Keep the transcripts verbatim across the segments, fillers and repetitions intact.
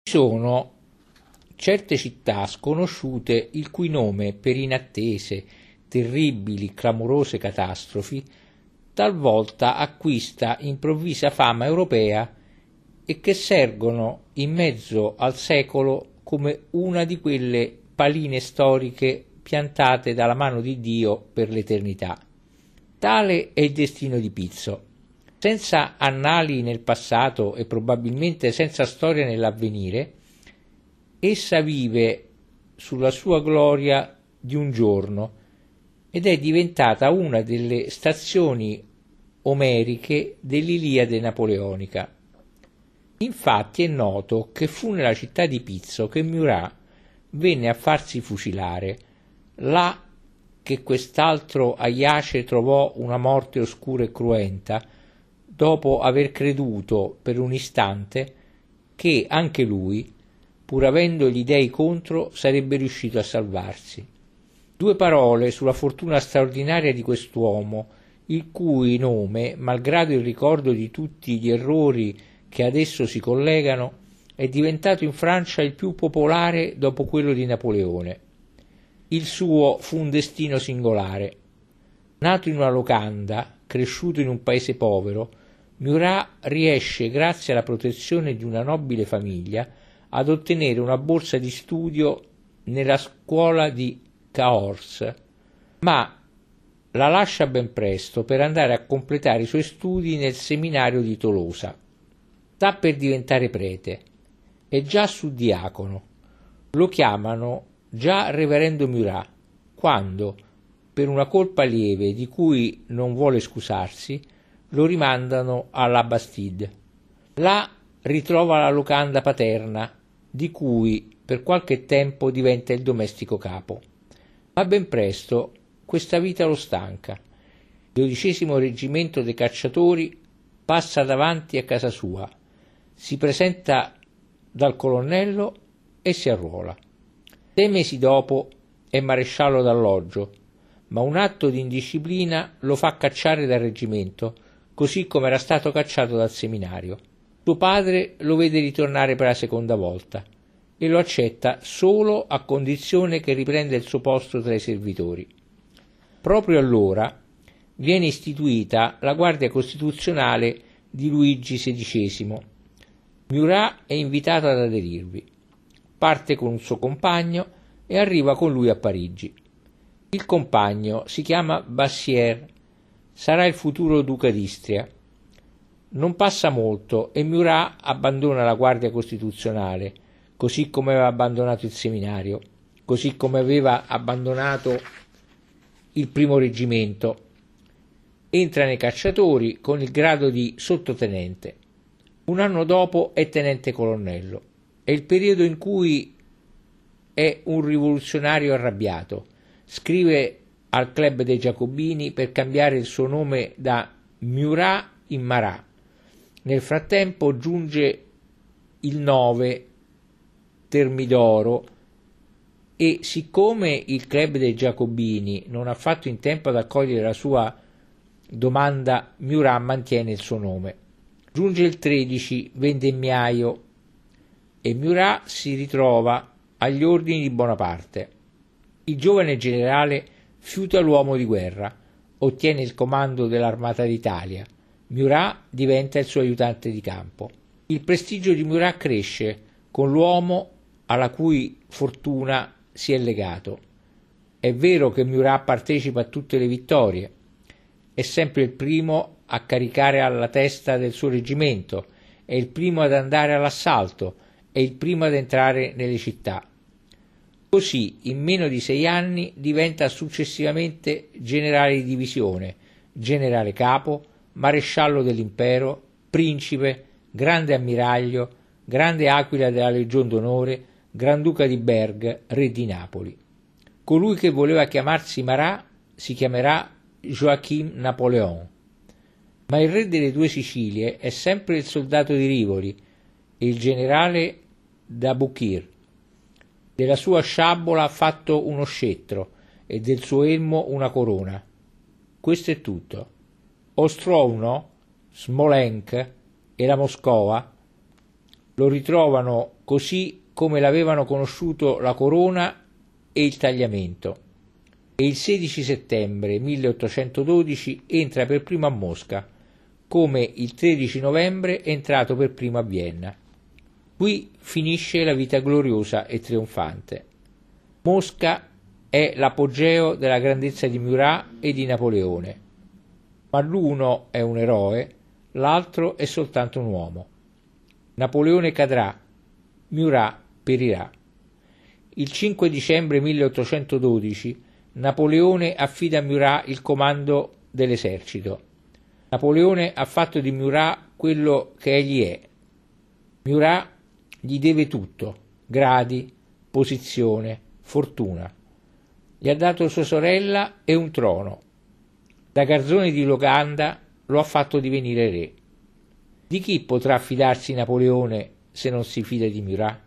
Ci sono certe città sconosciute il cui nome, per inattese, terribili, clamorose catastrofi, talvolta acquista improvvisa fama europea e che sergono in mezzo al secolo come una di quelle paline storiche piantate dalla mano di Dio per l'eternità. Tale è il destino di Pizzo. Senza annali nel passato e probabilmente senza storia nell'avvenire, essa vive sulla sua gloria di un giorno ed è diventata una delle stazioni omeriche dell'Iliade napoleonica. Infatti è noto che fu nella città di Pizzo che Murat venne a farsi fucilare, là che quest'altro Aiace trovò una morte oscura e cruenta, dopo aver creduto per un istante che anche lui, pur avendo gli dei contro, sarebbe riuscito a salvarsi. Due parole sulla fortuna straordinaria di quest'uomo, il cui nome, malgrado il ricordo di tutti gli errori che ad esso si collegano, è diventato in Francia il più popolare dopo quello di Napoleone. Il suo fu un destino singolare. Nato in una locanda, cresciuto in un paese povero, Murat riesce, grazie alla protezione di una nobile famiglia, ad ottenere una borsa di studio nella scuola di Cahors, ma la lascia ben presto per andare a completare i suoi studi nel seminario di Tolosa. Sta per diventare prete, è già suddiacono, lo chiamano già reverendo Murat, quando, per una colpa lieve di cui non vuole scusarsi, lo rimandano alla Bastide. Là ritrova la locanda paterna, di cui per qualche tempo diventa il domestico capo. Ma ben presto questa vita lo stanca. Il dodicesimo reggimento dei cacciatori passa davanti a casa sua, si presenta dal colonnello e si arruola. Sei mesi dopo è maresciallo d'alloggio, ma un atto di indisciplina lo fa cacciare dal reggimento, così come era stato cacciato dal seminario. Suo padre lo vede ritornare per la seconda volta e lo accetta solo a condizione che riprenda il suo posto tra i servitori. Proprio allora viene istituita la Guardia Costituzionale di Luigi sedicesimo. Murat è invitato ad aderirvi. Parte con un suo compagno e arriva con lui a Parigi. Il compagno si chiama Bassière, sarà il futuro duca d'Istria. Non passa molto e Murat abbandona la Guardia Costituzionale, così come aveva abbandonato il seminario, così come aveva abbandonato il primo reggimento. Entra nei cacciatori con il grado di sottotenente. Un anno dopo è tenente colonnello. È il periodo in cui è un rivoluzionario arrabbiato. Scrive al club dei Giacobini per cambiare il suo nome da Murat in Marat. Nel frattempo giunge il nove Termidoro e siccome il club dei Giacobini non ha fatto in tempo ad accogliere la sua domanda, Murat mantiene il suo nome. Giunge il tredici Vendemmiaio e Murat si ritrova agli ordini di Bonaparte. Il giovane generale fiuta l'uomo di guerra, ottiene il comando dell'Armata d'Italia. Murat diventa il suo aiutante di campo. Il prestigio di Murat cresce con l'uomo alla cui fortuna si è legato. È vero che Murat partecipa a tutte le vittorie, è sempre il primo a caricare alla testa del suo reggimento, è il primo ad andare all'assalto, è il primo ad entrare nelle città. Così, in meno di sei anni, diventa successivamente generale di divisione, generale capo, maresciallo dell'impero, principe, grande ammiraglio, grande aquila della Legion d'Onore, granduca di Berg, re di Napoli. Colui che voleva chiamarsi Marat si chiamerà Joachim Napoléon. Ma il re delle due Sicilie è sempre il soldato di Rivoli e il generale d'Aboukir. Della sua sciabola ha fatto uno scettro e del suo elmo una corona. Questo è tutto. Ostrouno, Smolensk e la Moscova lo ritrovano così come l'avevano conosciuto la corona e il tagliamento, e il sedici settembre milleottocentododici entra per primo a Mosca, come il tredici novembre è entrato per primo a Vienna. Qui finisce la vita gloriosa e trionfante. Mosca è l'apogeo della grandezza di Murat e di Napoleone, ma l'uno è un eroe, l'altro è soltanto un uomo. Napoleone cadrà, Murat perirà. Il cinque dicembre milleottocentododici Napoleone affida a Murat il comando dell'esercito. Napoleone ha fatto di Murat quello che egli è. Murat gli deve tutto: gradi, posizione, fortuna. Gli ha dato sua sorella e un trono. Da garzone di locanda lo ha fatto divenire re. Di chi potrà fidarsi Napoleone se non si fida di Murat?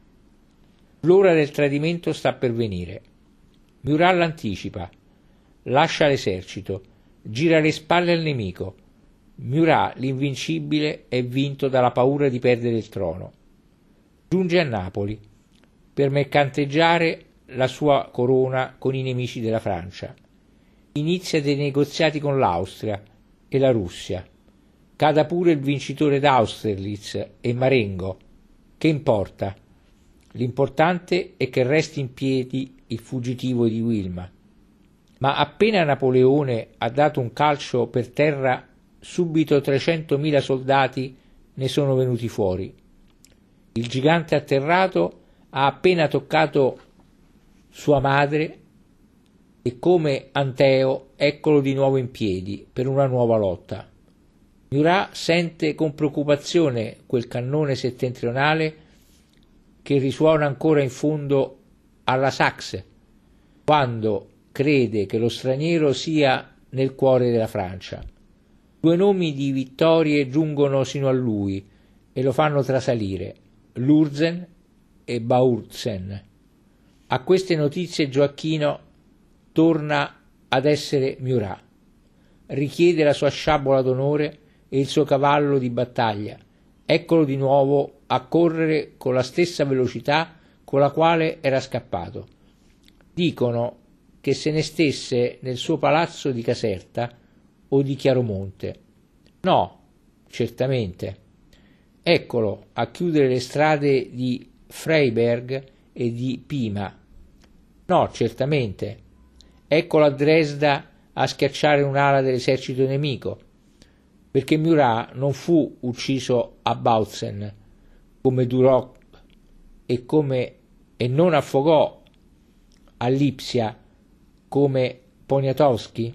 L'ora del tradimento sta per venire. Murat l'anticipa, lascia l'esercito, gira le spalle al nemico. Murat, l'invincibile, è vinto dalla paura di perdere il trono. Giunge a Napoli per mercanteggiare la sua corona con i nemici della Francia. Inizia dei negoziati con l'Austria e la Russia. Cada pure il vincitore d'Austerlitz e Marengo. Che importa? L'importante è che resti in piedi il fuggitivo di Wilma. Ma appena Napoleone ha dato un calcio per terra, subito trecentomila soldati ne sono venuti fuori. Il gigante atterrato ha appena toccato sua madre e come Anteo eccolo di nuovo in piedi per una nuova lotta. Murat sente con preoccupazione quel cannone settentrionale che risuona ancora in fondo alla Saxe, quando crede che lo straniero sia nel cuore della Francia. Due nomi di vittorie giungono sino a lui e lo fanno trasalire: Lurzen e Bautzen. A queste notizie Gioacchino torna ad essere Murat, richiede la sua sciabola d'onore e il suo cavallo di battaglia. Eccolo di nuovo a correre con la stessa velocità con la quale era scappato. Dicono che se ne stesse nel suo palazzo di Caserta o di Chiaromonte. No, certamente. Eccolo a chiudere le strade di Freiberg e di Pima. No, certamente. Eccolo a Dresda a schiacciare un'ala dell'esercito nemico, perché Murat non fu ucciso a Bautzen come Duroc e, come, e non affogò a Lipsia come Poniatowski.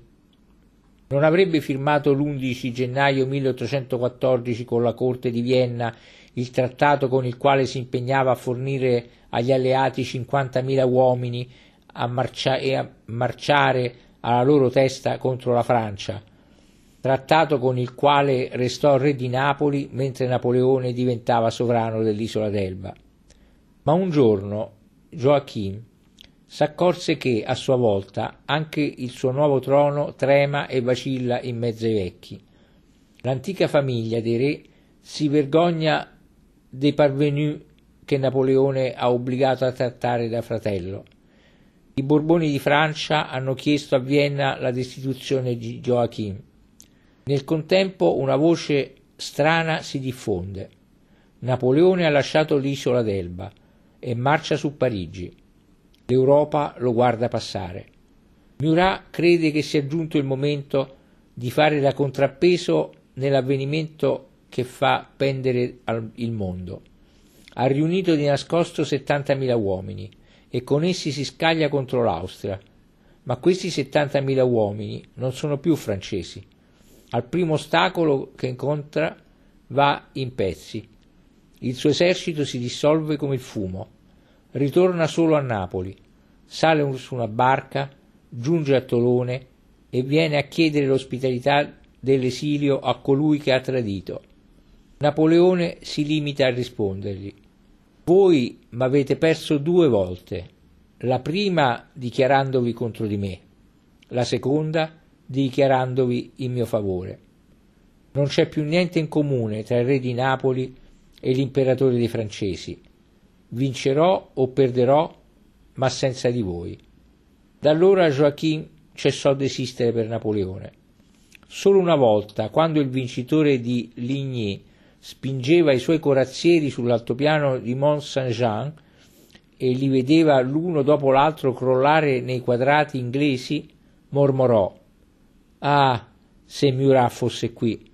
Non avrebbe firmato l'undici gennaio milleottocentoquattordici con la Corte di Vienna il trattato con il quale si impegnava a fornire agli alleati cinquantamila uomini a marcia- e a marciare alla loro testa contro la Francia, trattato con il quale restò re di Napoli mentre Napoleone diventava sovrano dell'isola d'Elba. Ma un giorno Joachim s'accorse che, a sua volta, anche il suo nuovo trono trema e vacilla in mezzo ai vecchi. L'antica famiglia dei re si vergogna dei parvenus che Napoleone ha obbligato a trattare da fratello. I Borboni di Francia hanno chiesto a Vienna la destituzione di Joachim. Nel contempo una voce strana si diffonde. Napoleone ha lasciato l'isola d'Elba e marcia su Parigi. L'Europa lo guarda passare. Murat crede che sia giunto il momento di fare da contrappeso nell'avvenimento che fa pendere il mondo. Ha riunito di nascosto settantamila uomini e con essi si scaglia contro l'Austria. Ma questi settantamila uomini non sono più francesi. Al primo ostacolo che incontra va in pezzi. Il suo esercito si dissolve come il fumo. Ritorna solo a Napoli, sale su una barca, giunge a Tolone e viene a chiedere l'ospitalità dell'esilio a colui che ha tradito. Napoleone si limita a rispondergli: voi m'avete perso due volte, la prima dichiarandovi contro di me, la seconda dichiarandovi in mio favore. Non c'è più niente in comune tra il re di Napoli e l'imperatore dei francesi. vincerò o perderò, ma senza di voi. Da allora Joachim cessò di esistere per Napoleone. Solo una volta, quando il vincitore di Ligny spingeva i suoi corazzieri sull'altopiano di Mont Saint-Jean e li vedeva l'uno dopo l'altro crollare nei quadrati inglesi, mormorò: «Ah, se Murat fosse qui!»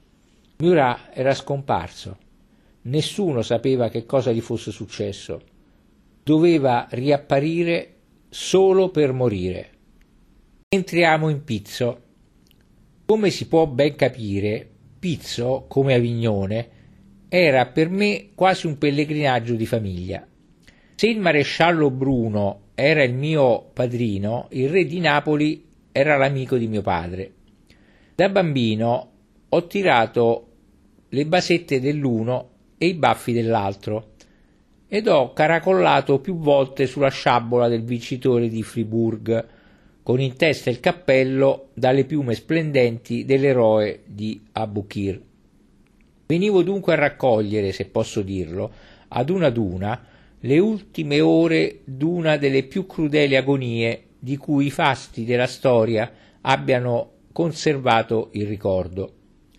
Murat era scomparso. Nessuno sapeva che cosa gli fosse successo. Doveva riapparire solo per morire. Entriamo in Pizzo. Come si può ben capire, Pizzo, come Avignone, era per me quasi un pellegrinaggio di famiglia. Se il maresciallo Bruno era il mio padrino, il re di Napoli era l'amico di mio padre. Da bambino ho tirato le basette dell'uno e i baffi dell'altro ed ho caracollato più volte sulla sciabola del vincitore di Fribourg, con in testa il cappello dalle piume splendenti dell'eroe di Aboukir. Venivo dunque a raccogliere, se posso dirlo, ad una ad una le ultime ore d'una delle più crudeli agonie di cui i fasti della storia abbiano conservato il ricordo.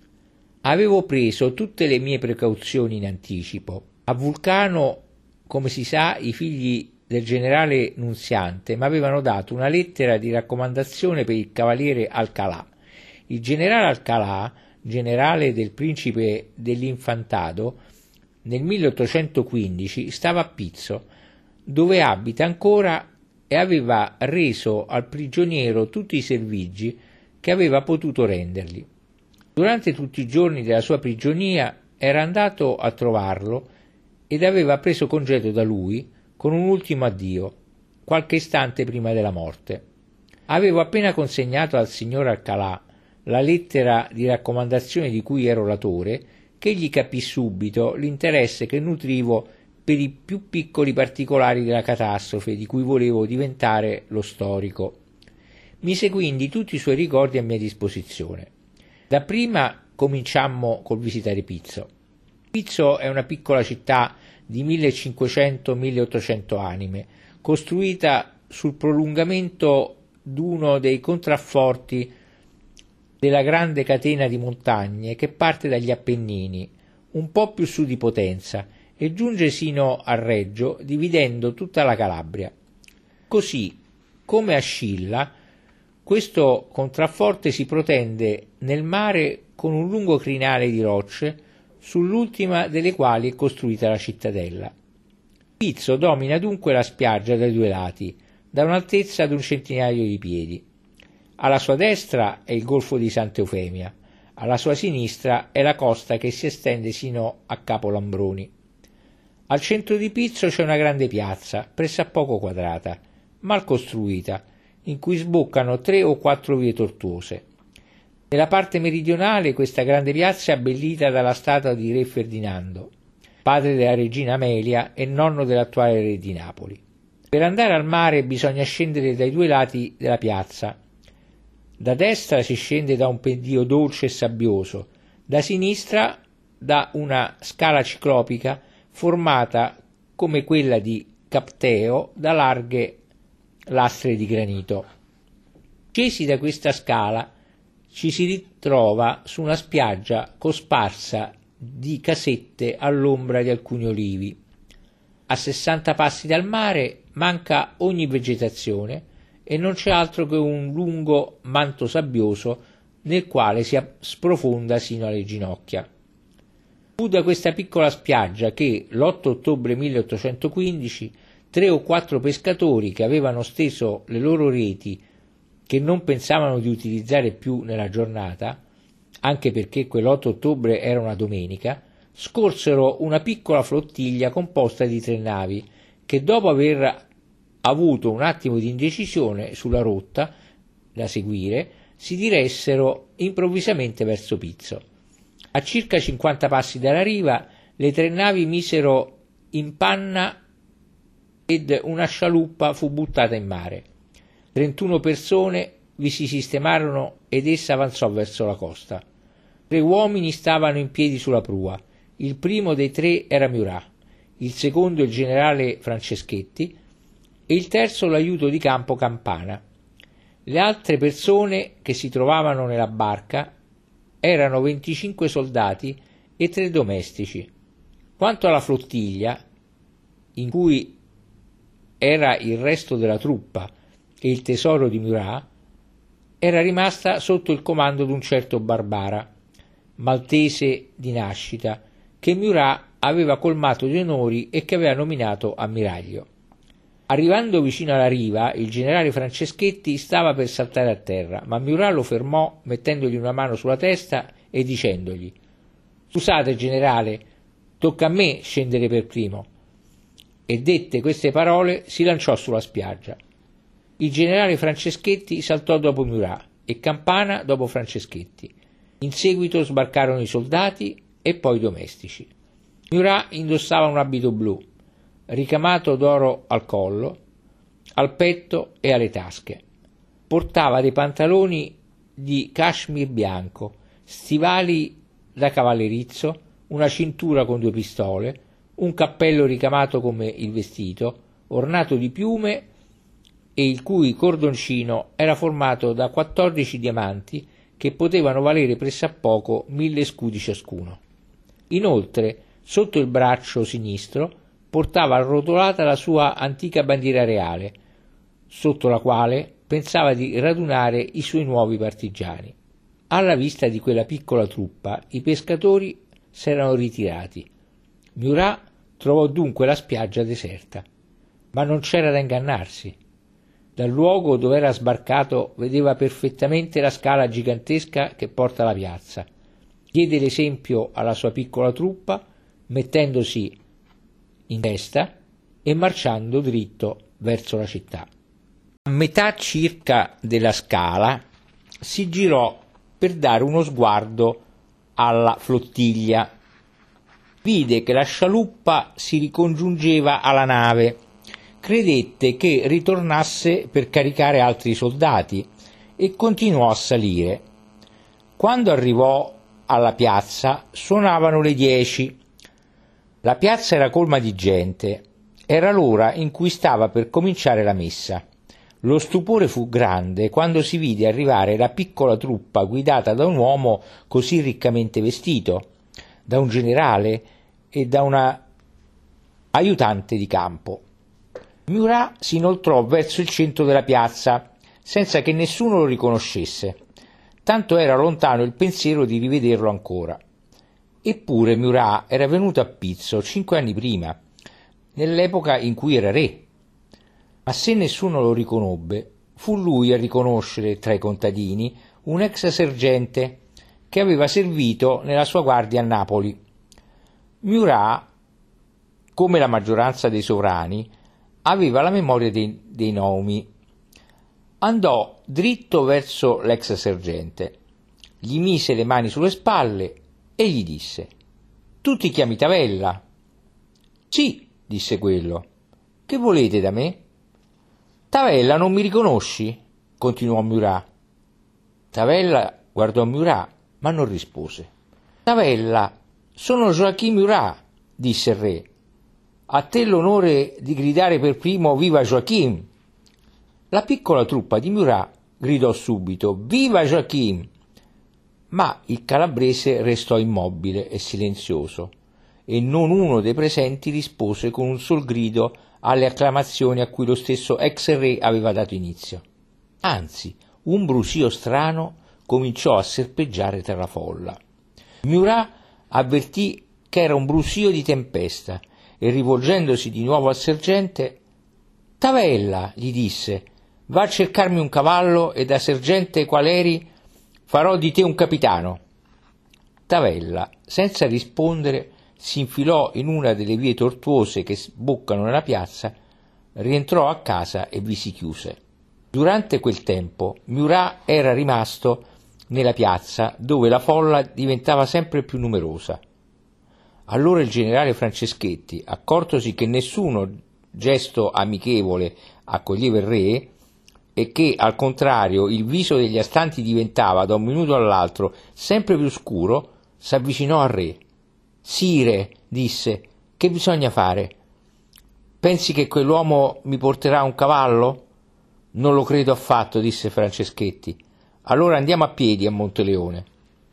Avevo preso tutte le mie precauzioni in anticipo. A Vulcano, come si sa, i figli del generale Nunziante mi avevano dato una lettera di raccomandazione per il cavaliere Alcalà. Il generale Alcalà, generale del principe dell'Infantado, nel milleottocentoquindici stava a Pizzo, dove abita ancora, e aveva reso al prigioniero tutti i servigi che aveva potuto rendergli. Durante tutti i giorni della sua prigionia era andato a trovarlo ed aveva preso congedo da lui con un ultimo addio, qualche istante prima della morte. Avevo appena consegnato al signor Alcalà la lettera di raccomandazione di cui ero latore, che egli capì subito l'interesse che nutrivo per i più piccoli particolari della catastrofe di cui volevo diventare lo storico. Mise quindi tutti i suoi ricordi a mia disposizione. Dapprima cominciammo col visitare Pizzo. Pizzo è una piccola città di millecinquecento milleottocento anime, costruita sul prolungamento d'uno dei contrafforti della grande catena di montagne che parte dagli Appennini, un po' più su di Potenza, e giunge sino a Reggio, dividendo tutta la Calabria. Così, come a Scilla, questo contrafforte si protende nel mare con un lungo crinale di rocce, sull'ultima delle quali è costruita la cittadella. Pizzo domina dunque la spiaggia dai due lati, da un'altezza di un centinaio di piedi. Alla sua destra è il golfo di Santa Eufemia, alla sua sinistra è la costa che si estende sino a Capo Lambroni. Al centro di Pizzo c'è una grande piazza, pressappoco quadrata, mal costruita, in cui sboccano tre o quattro vie tortuose. Nella parte meridionale questa grande piazza è abbellita dalla statua di re Ferdinando, padre della regina Amelia e nonno dell'attuale re di Napoli. Per andare al mare bisogna scendere dai due lati della piazza. Da destra si scende da un pendio dolce e sabbioso, da sinistra da una scala ciclopica formata, come quella di Capteo, da larghe lastre di granito. Scesi da questa scala ci si ritrova su una spiaggia cosparsa di casette all'ombra di alcuni olivi. A sessanta passi dal mare manca ogni vegetazione e non c'è altro che un lungo manto sabbioso nel quale si sprofonda sino alle ginocchia. Fu da questa piccola spiaggia che, l'otto ottobre milleottocentoquindici, tre o quattro pescatori che avevano steso le loro reti, che non pensavano di utilizzare più nella giornata, anche perché quell'otto ottobre era una domenica, scorsero una piccola flottiglia composta di tre navi che, dopo aver avuto un attimo di indecisione sulla rotta da seguire, si diressero improvvisamente verso Pizzo. A circa cinquanta passi dalla riva le tre navi misero in panna ed una scialuppa fu buttata in mare. trentuno persone vi si sistemarono ed essa avanzò verso la costa. Tre uomini stavano in piedi sulla prua. Il primo dei tre era Murat. il secondo il generale Franceschetti e il terzo l'aiuto di campo Campana. Le altre persone che si trovavano nella barca erano venticinque soldati e tre domestici. Quanto alla flottiglia, in cui era il resto della truppa e il tesoro di Murat, era rimasta sotto il comando di un certo Barbara, maltese di nascita, che Murat aveva colmato di onori e che aveva nominato ammiraglio. Arrivando vicino alla riva, il generale Franceschetti stava per saltare a terra, ma Murat lo fermò mettendogli una mano sulla testa e dicendogli: «Scusate, generale, tocca a me scendere per primo». E dette queste parole si lanciò sulla spiaggia. Il generale Franceschetti saltò dopo Murat e Campana dopo Franceschetti. In seguito sbarcarono i soldati e poi i domestici. Murat indossava un abito blu, ricamato d'oro al collo, al petto e alle tasche. Portava dei pantaloni di cashmere bianco, stivali da cavallerizzo, una cintura con due pistole, un cappello ricamato come il vestito, ornato di piume e il cui cordoncino era formato da quattordici diamanti che potevano valere pressappoco mille scudi ciascuno. Inoltre, sotto il braccio sinistro, portava arrotolata la sua antica bandiera reale, sotto la quale pensava di radunare i suoi nuovi partigiani. Alla vista di quella piccola truppa, i pescatori s'erano ritirati. Murat trovò dunque la spiaggia deserta, ma non c'era da ingannarsi. Dal luogo dove era sbarcato vedeva perfettamente la scala gigantesca che porta alla piazza. Diede l'esempio alla sua piccola truppa, mettendosi in testa e marciando dritto verso la città. A metà circa della scala si girò per dare uno sguardo alla flottiglia. Vide che la scialuppa si ricongiungeva alla nave. Credette che ritornasse per caricare altri soldati e continuò a salire. Quando arrivò alla piazza suonavano le dieci. La piazza era colma di gente. Era l'ora in cui stava per cominciare la messa. Lo stupore fu grande quando si vide arrivare la piccola truppa guidata da un uomo così riccamente vestito, da un generale e da una aiutante di campo. Murat si inoltrò verso il centro della piazza, senza che nessuno lo riconoscesse. Tanto era lontano il pensiero di rivederlo ancora. Eppure Murat era venuto a Pizzo cinque anni prima, nell'epoca in cui era re. Ma se nessuno lo riconobbe, fu lui a riconoscere tra i contadini un ex sergente che aveva servito nella sua guardia a Napoli. Murat, come la maggioranza dei sovrani, aveva la memoria dei, dei nomi. Andò dritto verso l'ex sergente, gli mise le mani sulle spalle e gli disse: «Tu ti chiami Tavella?» «Sì», disse quello. «Che volete da me?» «Tavella, non mi riconosci?» continuò Murat. Tavella guardò Murat, ma non rispose. «Tavella, sono Joachim Murat», disse il re. «A te l'onore di gridare per primo Viva Joachim!» La piccola truppa di Murat gridò subito Viva Joachim! Ma il calabrese restò immobile e silenzioso, e non uno dei presenti rispose con un sol grido alle acclamazioni a cui lo stesso ex re aveva dato inizio. Anzi, un brusio strano cominciò a serpeggiare tra la folla. Murat avvertì che era un brusio di tempesta e, rivolgendosi di nuovo al sergente: «Tavella», gli disse, «va a cercarmi un cavallo e da sergente qual eri farò di te un capitano». Tavella, senza rispondere, si infilò in una delle vie tortuose che sboccano nella piazza, rientrò a casa e vi si chiuse. Durante quel tempo Murat era rimasto nella piazza, dove la folla diventava sempre più numerosa. Allora il generale Franceschetti, accortosi che nessuno gesto amichevole accoglieva il re e che, al contrario, il viso degli astanti diventava da un minuto all'altro sempre più scuro, s'avvicinò al re. «Sire», disse, Che bisogna fare? Pensi che quell'uomo mi porterà un cavallo? Non lo credo affatto, disse Franceschetti. Allora andiamo a piedi a Monteleone.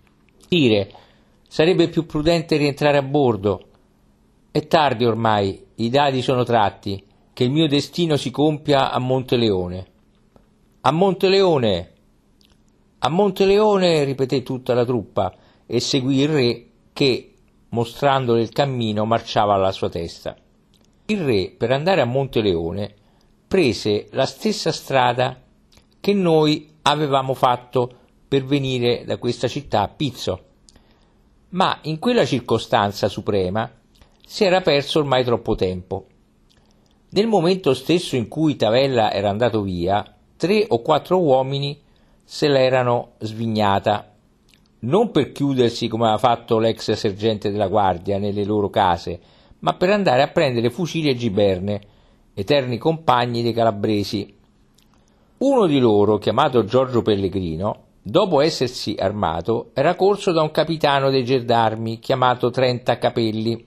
Sire, sarebbe più prudente rientrare a bordo. È tardi ormai, i dadi sono tratti, che il mio destino si compia a Monteleone. A Monteleone! A Monteleone! Ripeté tutta la truppa e seguì il re che, mostrandole il cammino, marciava alla sua testa. Il re, per andare a Monteleone, prese la stessa strada che noi avevamo fatto per venire da questa città a Pizzo, ma in quella circostanza suprema si era perso ormai troppo tempo. Nel momento stesso in cui Tavella era andato via, tre o quattro uomini se l'erano svignata, non per chiudersi come aveva fatto l'ex sergente della guardia nelle loro case, ma per andare a prendere fucili e giberne, eterni compagni dei calabresi. Uno di loro, chiamato Giorgio Pellegrino, dopo essersi armato, era corso da un capitano dei gendarmi chiamato Trenta Capelli,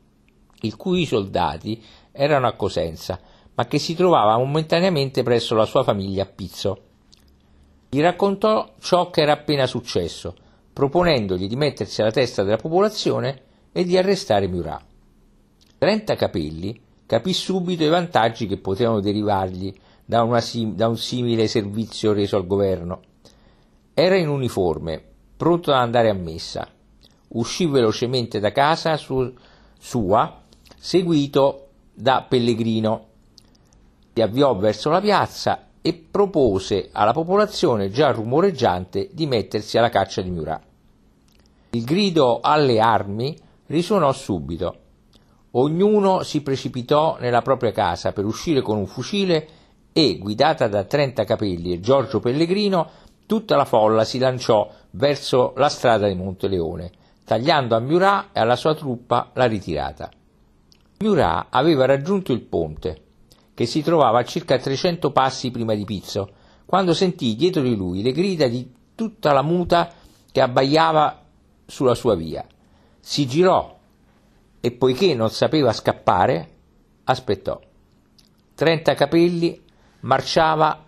il cui soldati erano a Cosenza, ma che si trovava momentaneamente presso la sua famiglia a Pizzo. Gli raccontò ciò che era appena successo, proponendogli di mettersi alla testa della popolazione e di arrestare Murat. Trenta Capelli capì subito i vantaggi che potevano derivargli da, una sim- da un simile servizio reso al governo. Era in uniforme, pronto ad andare a messa. Uscì velocemente da casa su- sua, seguito da Pellegrino. Si avviò verso la piazza e propose alla popolazione già rumoreggiante di mettersi alla caccia di Murat. Il grido alle armi risuonò subito. Ognuno si precipitò nella propria casa per uscire con un fucile e, guidata da Trenta Capelli e Giorgio Pellegrino, tutta la folla si lanciò verso la strada di Monteleone, tagliando a Murat e alla sua truppa la ritirata. Murat aveva raggiunto il ponte, che si trovava a circa trecento passi prima di Pizzo, quando sentì dietro di lui le grida di tutta la muta che abbaiava sulla sua via. Si girò e, poiché non sapeva scappare, aspettò. Trenta Capelli marciava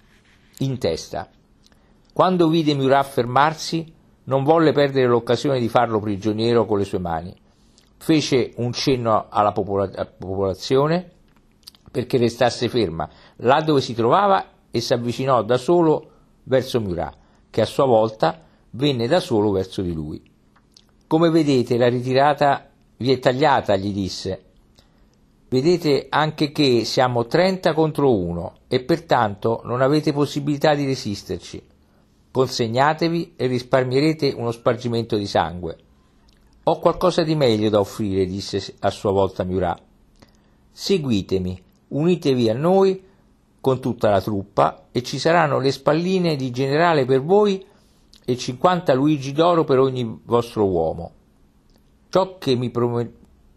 in testa. Quando vide Murat fermarsi, non volle perdere l'occasione di farlo prigioniero con le sue mani. Fece un cenno alla popola- popolazione perché restasse ferma là dove si trovava e si avvicinò da solo verso Murat, che a sua volta venne da solo verso di lui. Come vedete, la ritirata vi è tagliata, gli disse. Vedete anche che siamo trenta contro uno e pertanto non avete possibilità di resisterci. Consegnatevi e risparmierete uno spargimento di sangue. Ho qualcosa di meglio da offrire, disse a sua volta Murat. Seguitemi, unitevi a noi con tutta la truppa e ci saranno le spalline di generale per voi e cinquanta luigi d'oro per ogni vostro uomo. Ciò che mi, pro...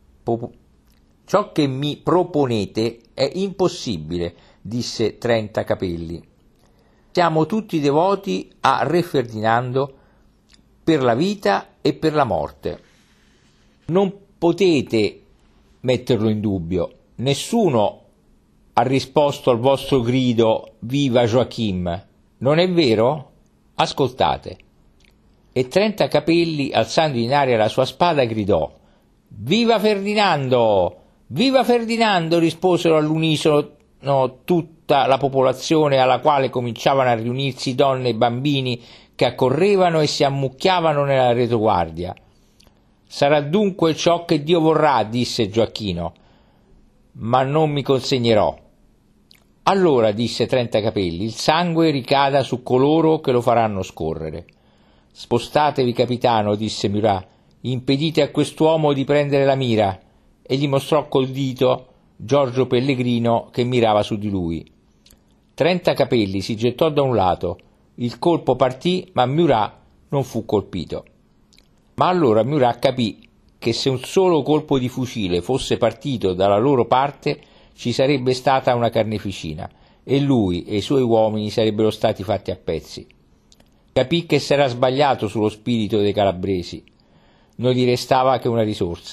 Ciò che mi proponete è impossibile, disse Trenta Capelli. Siamo tutti devoti a Re Ferdinando per la vita e per la morte. Non potete metterlo in dubbio. Nessuno ha risposto al vostro grido «Viva Joachim!» Non è vero? Ascoltate. E Trenta Capelli, alzando in aria la sua spada, gridò «Viva Ferdinando! Viva Ferdinando!» risposero all'unisono tutta la popolazione, alla quale cominciavano a riunirsi donne e bambini che accorrevano e si ammucchiavano nella retaguardia. «Sarà dunque ciò che Dio vorrà», disse Gioacchino, «ma non mi consegnerò». «Allora», disse Trenta Capelli, «il sangue ricada su coloro che lo faranno scorrere». «Spostatevi, capitano», disse Murat, «impedite a quest'uomo di prendere la mira», e gli mostrò col dito Giorgio Pellegrino che mirava su di lui. Trenta Capelli si gettò da un lato, il colpo partì, ma Murat non fu colpito. Ma allora Murat capì che se un solo colpo di fucile fosse partito dalla loro parte ci sarebbe stata una carneficina e lui e i suoi uomini sarebbero stati fatti a pezzi. Capì che s'era sbagliato sullo spirito dei calabresi. Non gli restava che una risorsa.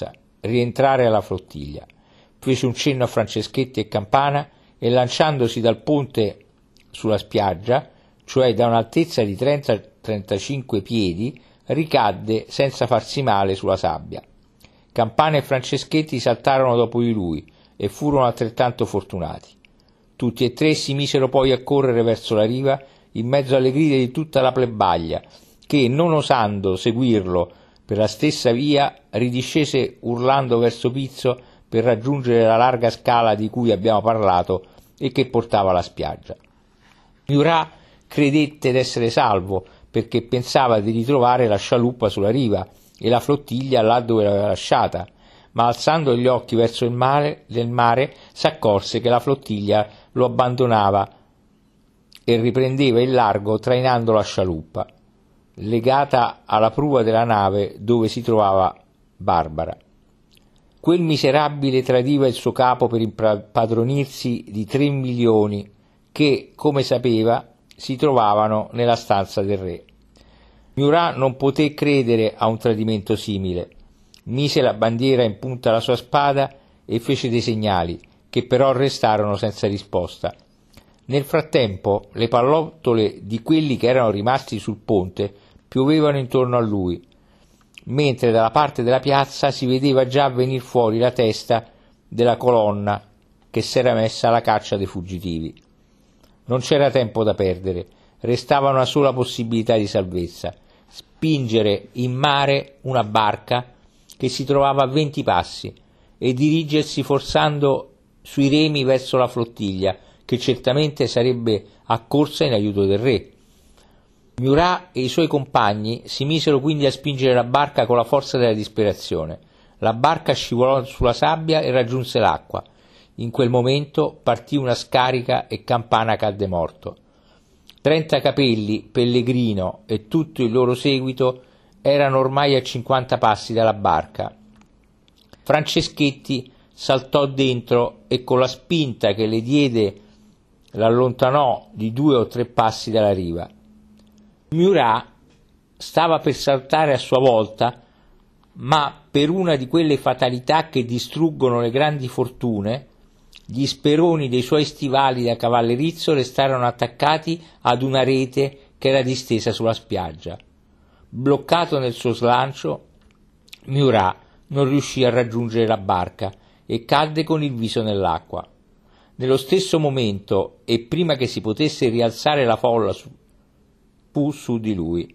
rientrare alla flottiglia. Fece un cenno a Franceschetti e Campana e, lanciandosi dal ponte sulla spiaggia, cioè da un'altezza di trenta trentacinque piedi, ricadde senza farsi male sulla sabbia. Campana e Franceschetti saltarono dopo di lui e furono altrettanto fortunati. Tutti e tre si misero poi a correre verso la riva in mezzo alle grida di tutta la plebaglia, che, non osando seguirlo per la stessa via, ridiscese urlando verso Pizzo per raggiungere la larga scala di cui abbiamo parlato e che portava alla spiaggia. Murat credette d'essere salvo perché pensava di ritrovare la scialuppa sulla riva e la flottiglia là dove l'aveva lasciata, ma alzando gli occhi verso il mare, del mare s'accorse che la flottiglia lo abbandonava e riprendeva il largo trainando la scialuppa, legata alla prua della nave dove si trovava Barbara. Quel miserabile tradiva il suo capo per impadronirsi di tre milioni che, come sapeva, si trovavano nella stanza del re. Murat non poté credere a un tradimento simile. Mise la bandiera in punta alla sua spada e fece dei segnali, che però restarono senza risposta. Nel frattempo le pallottole di quelli che erano rimasti sul ponte piovevano intorno a lui, mentre dalla parte della piazza si vedeva già venir fuori la testa della colonna che s'era messa alla caccia dei fuggitivi. Non c'era tempo da perdere, restava una sola possibilità di salvezza: spingere in mare una barca che si trovava a venti passi e dirigersi forzando sui remi verso la flottiglia, che certamente sarebbe accorsa in aiuto del re. Murat e i suoi compagni si misero quindi a spingere la barca con la forza della disperazione. La barca scivolò sulla sabbia e raggiunse l'acqua. In quel momento partì una scarica e Campana cadde morto. Trenta Capelli, Pellegrino e tutto il loro seguito erano ormai a cinquanta passi dalla barca. Franceschetti saltò dentro e con la spinta che le diede l'allontanò di due o tre passi dalla riva. Murat stava per saltare a sua volta, ma per una di quelle fatalità che distruggono le grandi fortune, gli speroni dei suoi stivali da cavallerizzo restarono attaccati ad una rete che era distesa sulla spiaggia. Bloccato nel suo slancio, Murat non riuscì a raggiungere la barca e cadde con il viso nell'acqua. Nello stesso momento, e prima che si potesse rialzare la folla su, fu su di lui.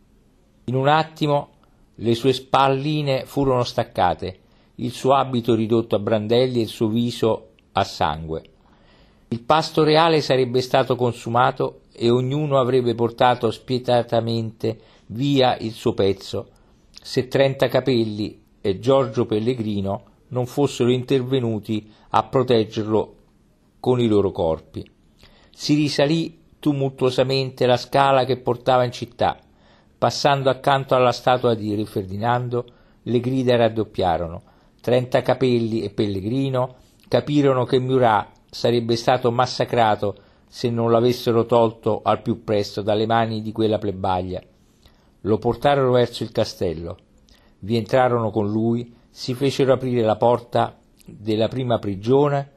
In un attimo le sue spalline furono staccate, il suo abito ridotto a brandelli e il suo viso a sangue. Il pasto reale sarebbe stato consumato e ognuno avrebbe portato spietatamente via il suo pezzo, se Trenta Capelli e Giorgio Pellegrino non fossero intervenuti a proteggerlo con i loro corpi. Si risalì tumultuosamente la scala che portava in città. Passando accanto alla statua di Re Ferdinando, le grida raddoppiarono. Trenta Capelli e Pellegrino capirono che Murat sarebbe stato massacrato se non l'avessero tolto al più presto dalle mani di quella plebaglia. Lo portarono verso il castello, vi entrarono con lui, si fecero aprire la porta della prima prigione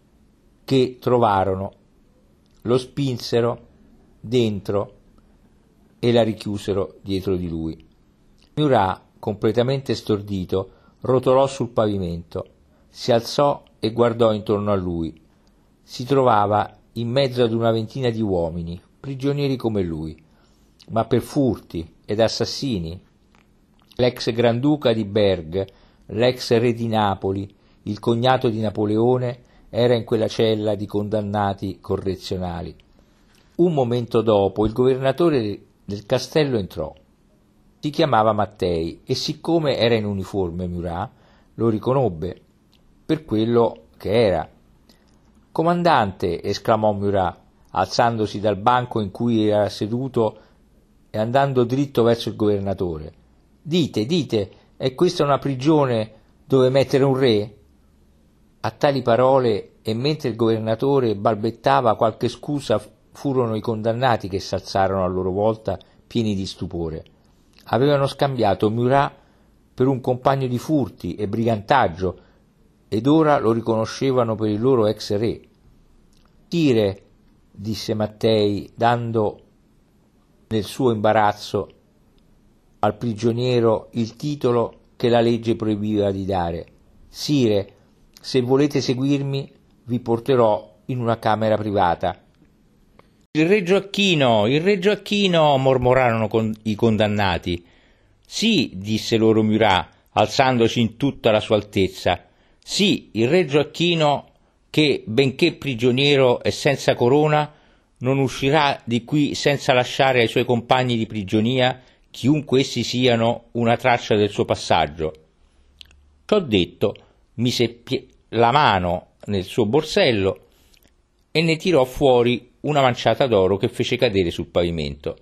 che trovarono, lo spinsero dentro e la richiusero dietro di lui. Murat, completamente stordito, rotolò sul pavimento, si alzò e guardò intorno a lui. Si trovava in mezzo ad una ventina di uomini, prigionieri come lui, ma per furti ed assassini. L'ex Granduca di Berg, l'ex re di Napoli, il cognato di Napoleone era in quella cella di condannati correzionali. Un momento dopo il governatore del castello entrò. Si chiamava Mattei e siccome era in uniforme Murat lo riconobbe per quello che era. «Comandante!» esclamò Murat, alzandosi dal banco in cui era seduto e andando dritto verso il governatore. «Dite, dite, è questa una prigione dove mettere un re?» A tali parole, e mentre il governatore balbettava qualche scusa, furono i condannati che s'alzarono a loro volta pieni di stupore. Avevano scambiato Murat per un compagno di furti e brigantaggio, ed ora lo riconoscevano per il loro ex re. Sire, disse Mattei, dando nel suo imbarazzo al prigioniero il titolo che la legge proibiva di dare. Sire, se volete seguirmi, vi porterò in una camera privata. Il re Gioacchino, il re Gioacchino, mormorarono con i condannati. Sì, disse loro Murat, alzandosi in tutta la sua altezza. Sì, il re Gioacchino che, benché prigioniero e senza corona, non uscirà di qui senza lasciare ai suoi compagni di prigionia, chiunque essi siano, una traccia del suo passaggio. Ciò detto, mise la mano nel suo borsello e ne tirò fuori una manciata d'oro che fece cadere sul pavimento.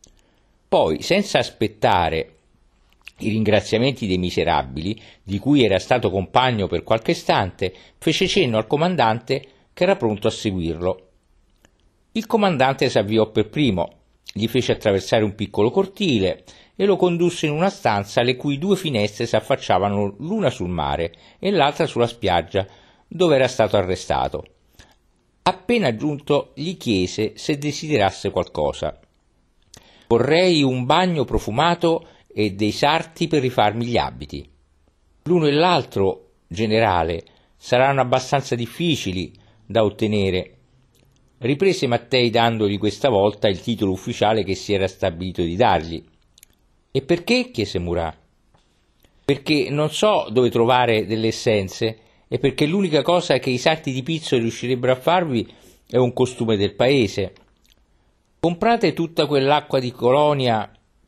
Poi, senza aspettare i ringraziamenti dei miserabili, di cui era stato compagno per qualche istante, fece cenno al comandante che era pronto a seguirlo. Il comandante s'avviò per primo, gli fece attraversare un piccolo cortile e lo condusse in una stanza le cui due finestre si affacciavano l'una sul mare e l'altra sulla spiaggia dove era stato arrestato. Appena giunto gli chiese se desiderasse qualcosa. «Vorrei un bagno profumato e dei sarti per rifarmi gli abiti». «L'uno e l'altro, generale, saranno abbastanza difficili da ottenere», riprese Mattei dandogli questa volta il titolo ufficiale che si era stabilito di dargli. «E perché?» chiese Murat. «Perché non so dove trovare delle essenze e perché l'unica cosa che i sarti di pizzo riuscirebbero a farvi è un costume del paese. Comprate tutta quell'acqua di colonia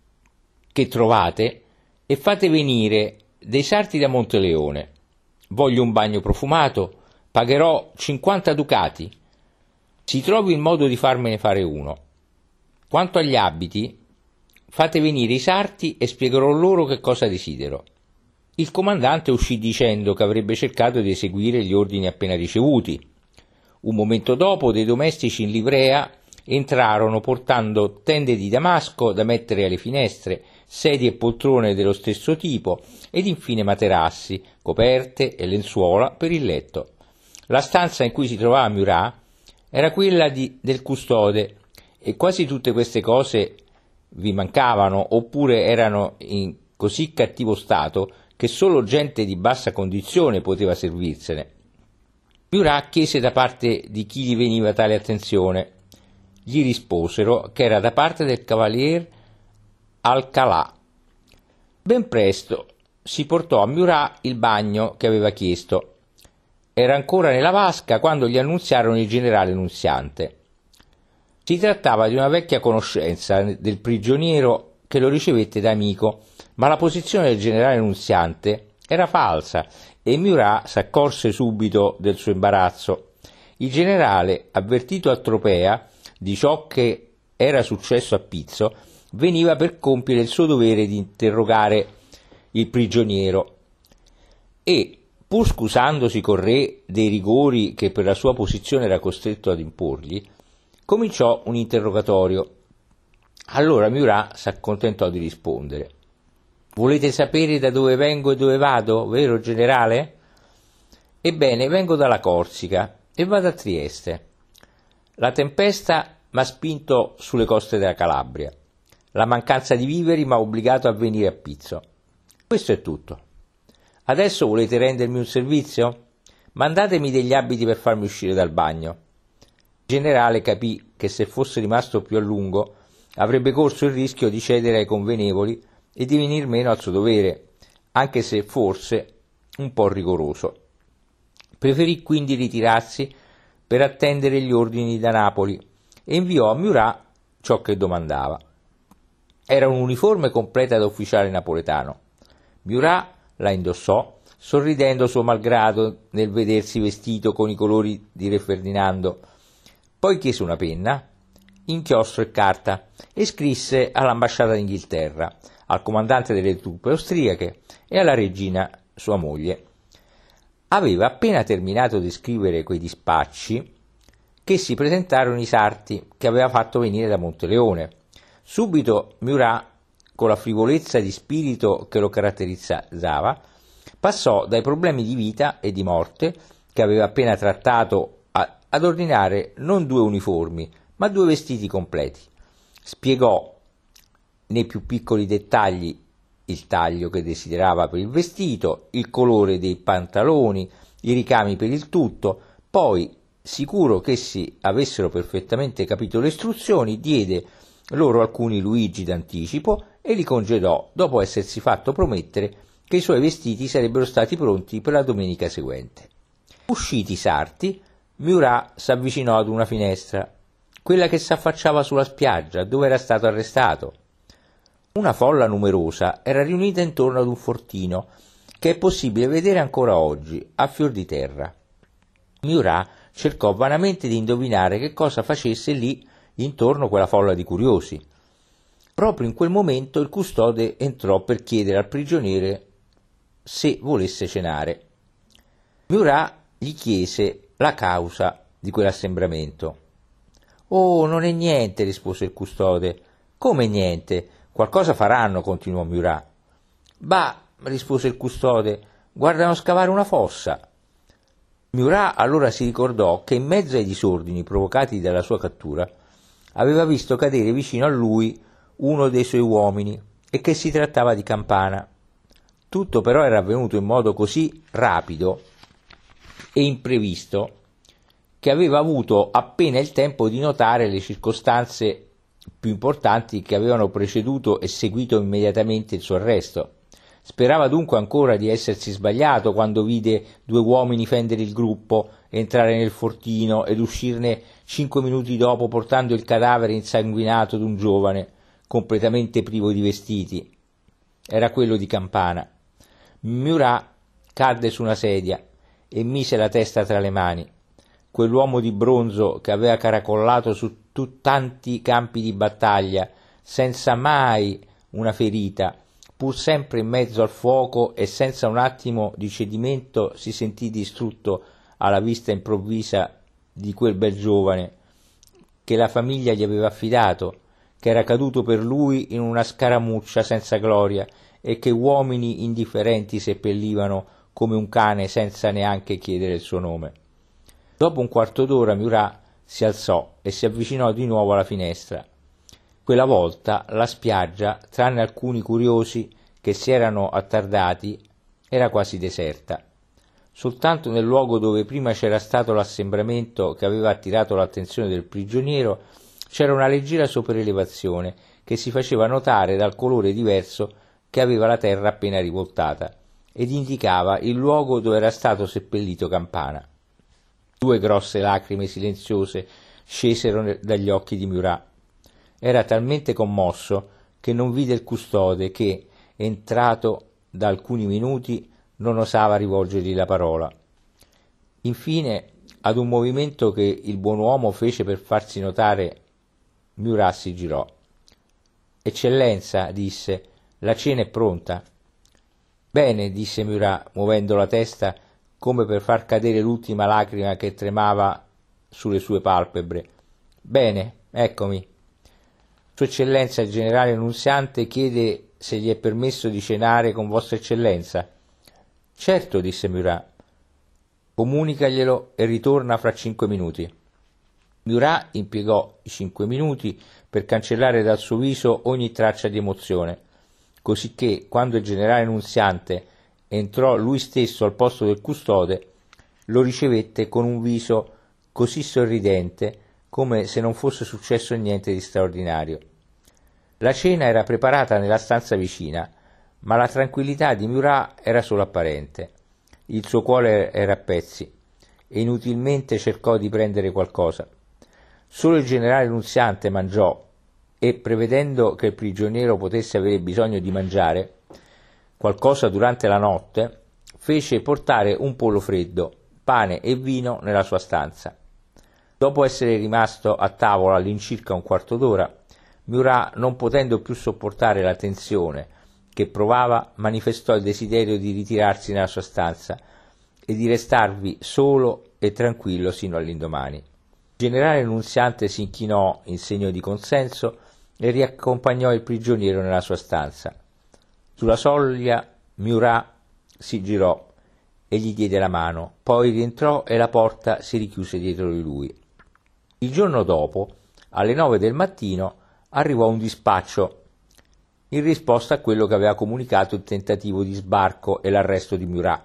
che trovate e fate venire dei sarti da Monteleone. Voglio un bagno profumato, pagherò cinquanta ducati. Si trovi il modo di farmene fare uno. Quanto agli abiti, fate venire i sarti e spiegherò loro che cosa desidero». Il comandante uscì dicendo che avrebbe cercato di eseguire gli ordini appena ricevuti. Un momento dopo dei domestici in livrea entrarono portando tende di damasco da mettere alle finestre, sedie e poltrone dello stesso tipo ed infine materassi, coperte e lenzuola per il letto. La stanza in cui si trovava Murat era quella di, del custode e quasi tutte queste cose vi mancavano oppure erano in così cattivo stato che solo gente di bassa condizione poteva servirsene. Murat chiese da parte di chi gli veniva tale attenzione. Gli risposero che era da parte del cavalier Alcalà. Ben presto si portò a Murat il bagno che aveva chiesto. Era ancora nella vasca quando gli annunziarono il generale Nunziante. Si trattava di una vecchia conoscenza del prigioniero che lo ricevette da amico, ma la posizione del generale Nunziante era falsa e Murat s'accorse subito del suo imbarazzo. Il generale, avvertito a Tropea di ciò che era successo a Pizzo, veniva per compiere il suo dovere di interrogare il prigioniero e, pur scusandosi col re dei rigori che per la sua posizione era costretto ad imporgli, cominciò un interrogatorio. Allora Murat s'accontentò di rispondere. «Volete sapere da dove vengo e dove vado, vero generale?» «Ebbene, vengo dalla Corsica e vado a Trieste. La tempesta m'ha spinto sulle coste della Calabria. La mancanza di viveri m'ha obbligato a venire a Pizzo. Questo è tutto. Adesso volete rendermi un servizio? Mandatemi degli abiti per farmi uscire dal bagno». Il generale capì che se fosse rimasto più a lungo avrebbe corso il rischio di cedere ai convenevoli e di venir meno al suo dovere, anche se forse un po' rigoroso. Preferì quindi ritirarsi per attendere gli ordini da Napoli e inviò a Murat ciò che domandava. Era un uniforme completa da ufficiale napoletano. Murat la indossò, sorridendo suo malgrado nel vedersi vestito con i colori di Re Ferdinando. Poi chiese una penna, inchiostro e carta e scrisse all'ambasciata d'Inghilterra, al comandante delle truppe austriache e alla regina sua moglie. Aveva appena terminato di scrivere quei dispacci che si presentarono i sarti che aveva fatto venire da Monteleone. Subito Murat con la frivolezza di spirito che lo caratterizzava, passò dai problemi di vita e di morte, che aveva appena trattato, a, ad ordinare non due uniformi, ma due vestiti completi. Spiegò nei più piccoli dettagli il taglio che desiderava per il vestito, il colore dei pantaloni, i ricami per il tutto, poi, sicuro che essi avessero perfettamente capito le istruzioni, diede loro alcuni Luigi d'anticipo e li congedò dopo essersi fatto promettere che i suoi vestiti sarebbero stati pronti per la domenica seguente. Usciti i sarti, Murat s'avvicinò ad una finestra, quella che s'affacciava sulla spiaggia dove era stato arrestato. Una folla numerosa era riunita intorno ad un fortino che è possibile vedere ancora oggi, a fior di terra. Murat cercò vanamente di indovinare che cosa facesse lì intorno quella folla di curiosi. Proprio in quel momento il custode entrò per chiedere al prigioniero se volesse cenare. Murat gli chiese la causa di quell'assembramento. «Oh, non è niente», rispose il custode. «Come niente? Qualcosa faranno», continuò Murat. «Bah», rispose il custode, «guardano scavare una fossa». Murat allora si ricordò che in mezzo ai disordini provocati dalla sua cattura aveva visto cadere vicino a lui uno dei suoi uomini e che si trattava di Campana. Tutto però era avvenuto in modo così rapido e imprevisto che aveva avuto appena il tempo di notare le circostanze più importanti che avevano preceduto e seguito immediatamente il suo arresto. Sperava dunque ancora di essersi sbagliato quando vide due uomini fendere il gruppo, entrare nel fortino ed uscirne cinque minuti dopo portando il cadavere insanguinato d'un giovane, completamente privo di vestiti. Era quello di Campana. Murat cadde su una sedia e mise la testa tra le mani. Quell'uomo di bronzo che aveva caracollato su tu tanti campi di battaglia, senza mai una ferita, pur sempre in mezzo al fuoco e senza un attimo di cedimento, si sentì distrutto alla vista improvvisa di quel bel giovane che la famiglia gli aveva affidato, che era caduto per lui in una scaramuccia senza gloria e che uomini indifferenti seppellivano come un cane senza neanche chiedere il suo nome. Dopo un quarto d'ora Murat si alzò e si avvicinò di nuovo alla finestra. Quella volta la spiaggia, tranne alcuni curiosi che si erano attardati, era quasi deserta. Soltanto nel luogo dove prima c'era stato l'assembramento che aveva attirato l'attenzione del prigioniero c'era una leggera sopraelevazione che si faceva notare dal colore diverso che aveva la terra appena rivoltata ed indicava il luogo dove era stato seppellito Campana. Due grosse lacrime silenziose scesero dagli occhi di Murat. Era talmente commosso che non vide il custode che, entrato da alcuni minuti, non osava rivolgergli la parola. Infine, ad un movimento che il buon uomo fece per farsi notare, Murat si girò. «Eccellenza», disse, «la cena è pronta». «Bene», disse Murat, muovendo la testa come per far cadere l'ultima lacrima che tremava sulle sue palpebre. «Bene, eccomi. Sua Eccellenza il generale Nunziante chiede se gli è permesso di cenare con Vostra Eccellenza». «Certo», disse Murat. «Comunicaglielo e ritorna fra cinque minuti». Murat impiegò i cinque minuti per cancellare dal suo viso ogni traccia di emozione, cosicché quando il generale Nunziante entrò lui stesso al posto del custode, lo ricevette con un viso così sorridente come se non fosse successo niente di straordinario. La cena era preparata nella stanza vicina, ma la tranquillità di Murat era solo apparente. Il suo cuore era a pezzi e inutilmente cercò di prendere qualcosa. Solo il generale Nunziante mangiò e, prevedendo che il prigioniero potesse avere bisogno di mangiare qualcosa durante la notte, fece portare un pollo freddo, pane e vino nella sua stanza. Dopo essere rimasto a tavola all'incirca un quarto d'ora, Murat, non potendo più sopportare la tensione che provava, manifestò il desiderio di ritirarsi nella sua stanza e di restarvi solo e tranquillo sino all'indomani. Il generale Nunziante si inchinò in segno di consenso e riaccompagnò il prigioniero nella sua stanza. Sulla soglia Murat si girò e gli diede la mano, poi rientrò e la porta si richiuse dietro di lui. Il giorno dopo, alle nove del mattino, arrivò un dispaccio in risposta a quello che aveva comunicato il tentativo di sbarco e l'arresto di Murat.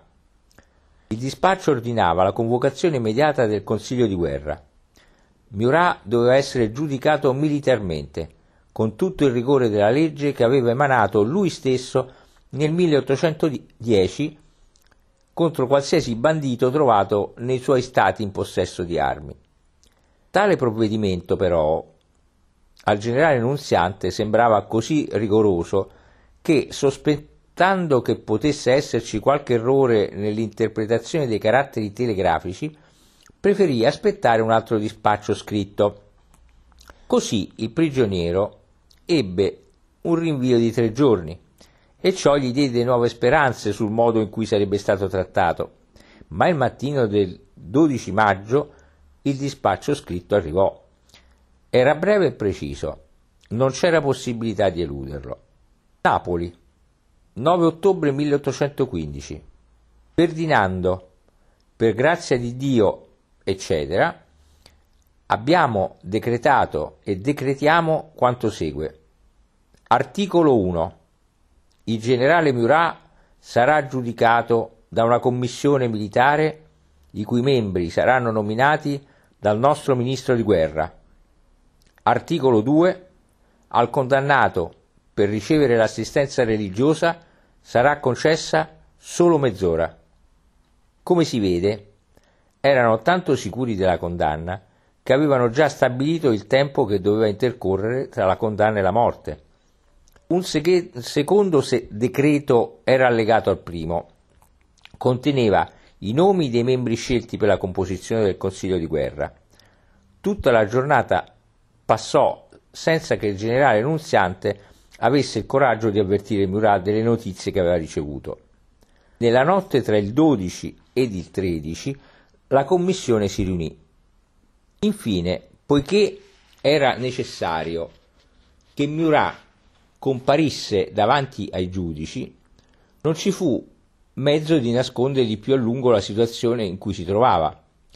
Il dispaccio ordinava la convocazione immediata del Consiglio di guerra. Murat doveva essere giudicato militarmente, con tutto il rigore della legge che aveva emanato lui stesso nel milleottocentodieci contro qualsiasi bandito trovato nei suoi stati in possesso di armi. Tale provvedimento, però, al generale Nunziante sembrava così rigoroso che, sospettando che potesse esserci qualche errore nell'interpretazione dei caratteri telegrafici, preferì aspettare un altro dispaccio scritto. Così il prigioniero ebbe un rinvio di tre giorni e ciò gli diede nuove speranze sul modo in cui sarebbe stato trattato, ma il mattino del dodici maggio il dispaccio scritto arrivò. Era breve e preciso, non c'era possibilità di eluderlo. Napoli, nove ottobre milleottocentoquindici. Ferdinando, per grazia di Dio, eccetera, abbiamo decretato e decretiamo quanto segue. Articolo uno. Il generale Murat sarà giudicato da una commissione militare i cui membri saranno nominati dal nostro ministro di guerra. Articolo due. Al condannato per ricevere l'assistenza religiosa sarà concessa solo mezz'ora. Come si vede, erano tanto sicuri della condanna che avevano già stabilito il tempo che doveva intercorrere tra la condanna e la morte. Un seghe- secondo se- decreto era allegato al primo. Conteneva i nomi dei membri scelti per la composizione del Consiglio di guerra. Tutta la giornata passò senza che il generale Nunziante avesse il coraggio di avvertire Murat delle notizie che aveva ricevuto. Nella notte tra il dodici ed il tredici la commissione si riunì. Infine, poiché era necessario che Murat comparisse davanti ai giudici, non ci fu mezzo di nascondergli più a lungo la situazione in cui si trovava.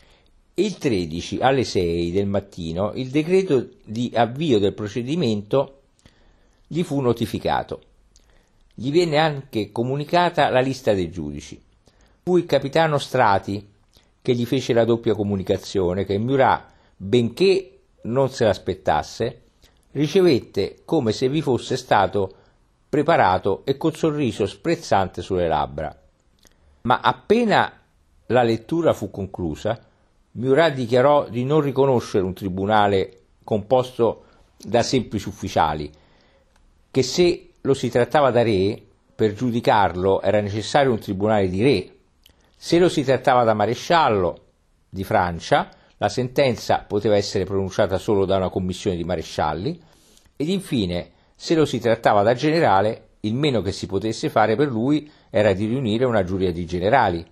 Il tredici alle sei del mattino il decreto di avvio del procedimento gli fu notificato. Gli venne anche comunicata la lista dei giudici. Fu il capitano Strati che gli fece la doppia comunicazione che Murat, benché non se l'aspettasse, ricevette come se vi fosse stato preparato e col sorriso sprezzante sulle labbra. Ma appena la lettura fu conclusa, Murat dichiarò di non riconoscere un tribunale composto da semplici ufficiali, che se lo si trattava da re, per giudicarlo era necessario un tribunale di re, se lo si trattava da maresciallo di Francia, la sentenza poteva essere pronunciata solo da una commissione di marescialli, ed infine, se lo si trattava da generale, il meno che si potesse fare per lui era di riunire una giuria di generali.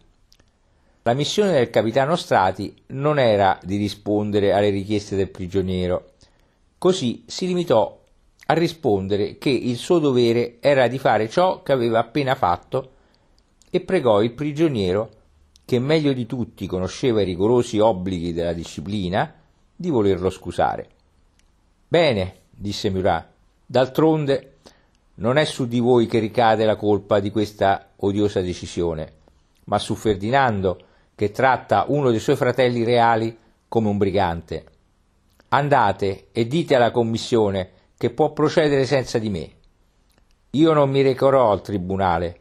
La missione del capitano Strati non era di rispondere alle richieste del prigioniero, così si limitò a rispondere che il suo dovere era di fare ciò che aveva appena fatto e pregò il prigioniero, che meglio di tutti conosceva i rigorosi obblighi della disciplina, di volerlo scusare. «Bene», disse Murat, «d'altronde non è su di voi che ricade la colpa di questa odiosa decisione, ma su Ferdinando, che tratta uno dei suoi fratelli reali come un brigante. Andate e dite alla commissione che può procedere senza di me. Io non mi recherò al tribunale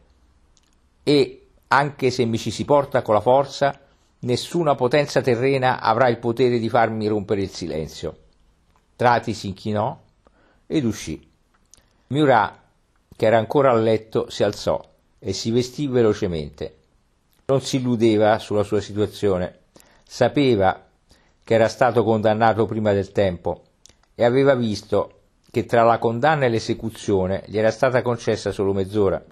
e, anche se mi ci si porta con la forza, nessuna potenza terrena avrà il potere di farmi rompere il silenzio». Strati si inchinò ed uscì. Murat, che era ancora a letto, si alzò e si vestì velocemente. Non si illudeva sulla sua situazione, sapeva che era stato condannato prima del tempo e aveva visto che tra la condanna e l'esecuzione gli era stata concessa solo mezz'ora.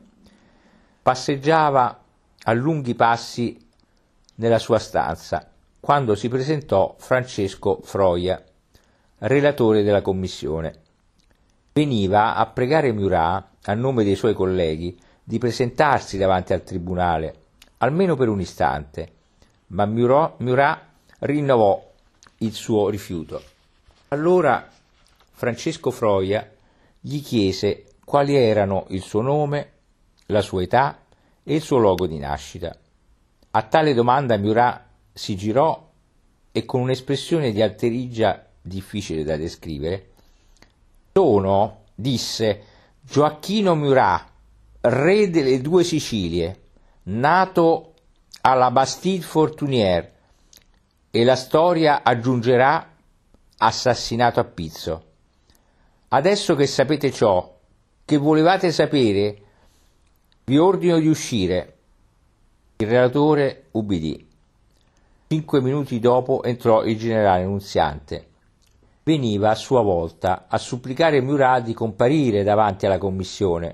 Passeggiava a lunghi passi nella sua stanza quando si presentò Francesco Froia, relatore della commissione. veniva a pregare Murat, a nome dei suoi colleghi, di presentarsi davanti al tribunale, almeno per un istante, ma Murat, Murat rinnovò il suo rifiuto. Allora Francesco Froia gli chiese quali erano il suo nome, la sua età e il suo luogo di nascita. A tale domanda Murat si girò e con un'espressione di alterigia difficile da descrivere: «Sono», disse, «Gioacchino Murat, re delle due Sicilie, nato alla Bastide Fortunière», e la storia aggiungerà assassinato a pizzo. Adesso che sapete ciò, che volevate sapere, vi ordino di uscire. Il relatore ubbidì. Cinque minuti dopo entrò il generale Nunziante. Veniva a sua volta a supplicare Murat di comparire davanti alla commissione,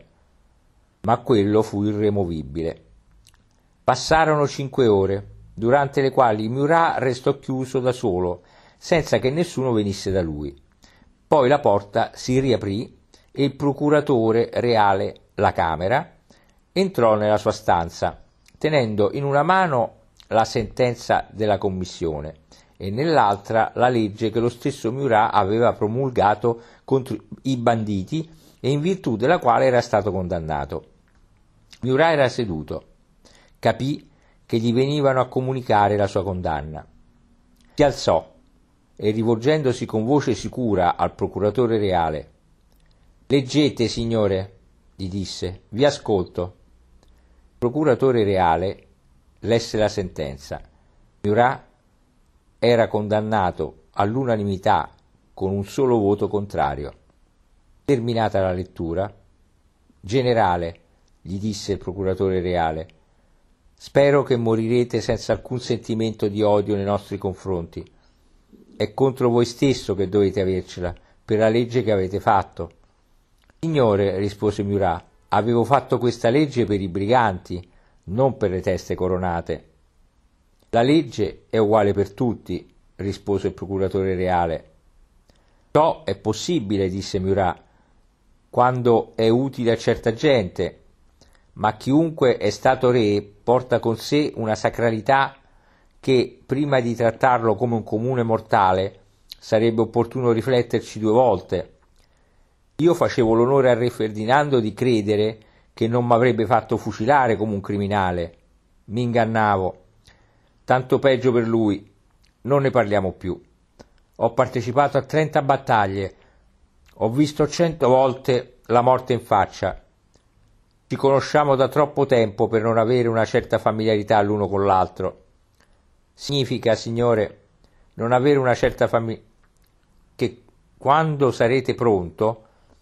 ma quello fu irremovibile. Passarono cinque ore, durante le quali Murat restò chiuso da solo, senza che nessuno venisse da lui. Poi la porta si riaprì e il procuratore reale, la Camera, entrò nella sua stanza, tenendo in una mano la sentenza della commissione e nell'altra la legge che lo stesso Murat aveva promulgato contro i banditi e in virtù della quale era stato condannato. Murat era seduto, capì che gli venivano a comunicare la sua condanna. Si alzò e, rivolgendosi con voce sicura al procuratore reale: «Leggete, signore», gli disse, «vi ascolto». Il procuratore reale lesse la sentenza. Murat era condannato all'unanimità con un solo voto contrario. Terminata la lettura: «Generale», gli disse il procuratore reale, «spero che morirete senza alcun sentimento di odio nei nostri confronti. È contro voi stesso che dovete avercela, per la legge che avete fatto». «Signore», rispose Murat, «avevo fatto questa legge per i briganti, non per le teste coronate». «La legge è uguale per tutti», rispose il procuratore reale. «Ciò è possibile», disse Murat, «quando è utile a certa gente, ma chiunque è stato re porta con sé una sacralità che, prima di trattarlo come un comune mortale, sarebbe opportuno rifletterci due volte. Io facevo l'onore al re Ferdinando di credere che non m'avrebbe fatto fucilare come un criminale. Mi ingannavo. Tanto peggio per lui. Non ne parliamo più. Ho partecipato a trenta battaglie. Ho visto cento volte la morte in faccia. Ci conosciamo da troppo tempo per non avere una certa familiarità l'uno con l'altro. Significa, signore, non avere una certa familiarità, che quando sarete pronto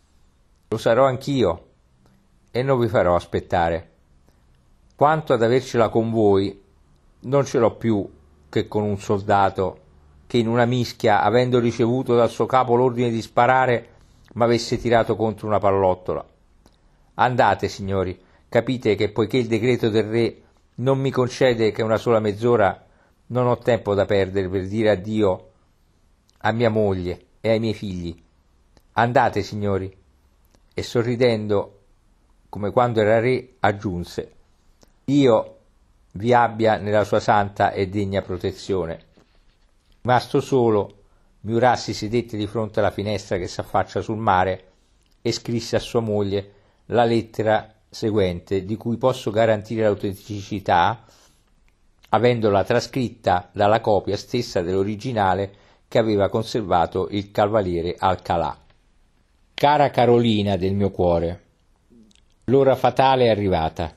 lo sarò anch'io e non vi farò aspettare. Quanto ad avercela con voi, non ce l'ho più che con un soldato che in una mischia, avendo ricevuto dal suo capo l'ordine di sparare, m'avesse tirato contro una pallottola. Andate, signori, capite che poiché il decreto del re non mi concede che una sola mezz'ora, non ho tempo da perdere per dire addio a mia moglie e ai miei figli. Andate, signori». E sorridendo, come quando era re, aggiunse: «Dio vi abbia nella sua santa e degna protezione». Rimasto solo, Murat si sedette di fronte alla finestra che s'affaccia sul mare e scrisse a sua moglie la lettera seguente, di cui posso garantire l'autenticità, avendola trascritta dalla copia stessa dell'originale che aveva conservato il cavaliere Alcalà. «Cara Carolina del mio cuore, l'ora fatale è arrivata.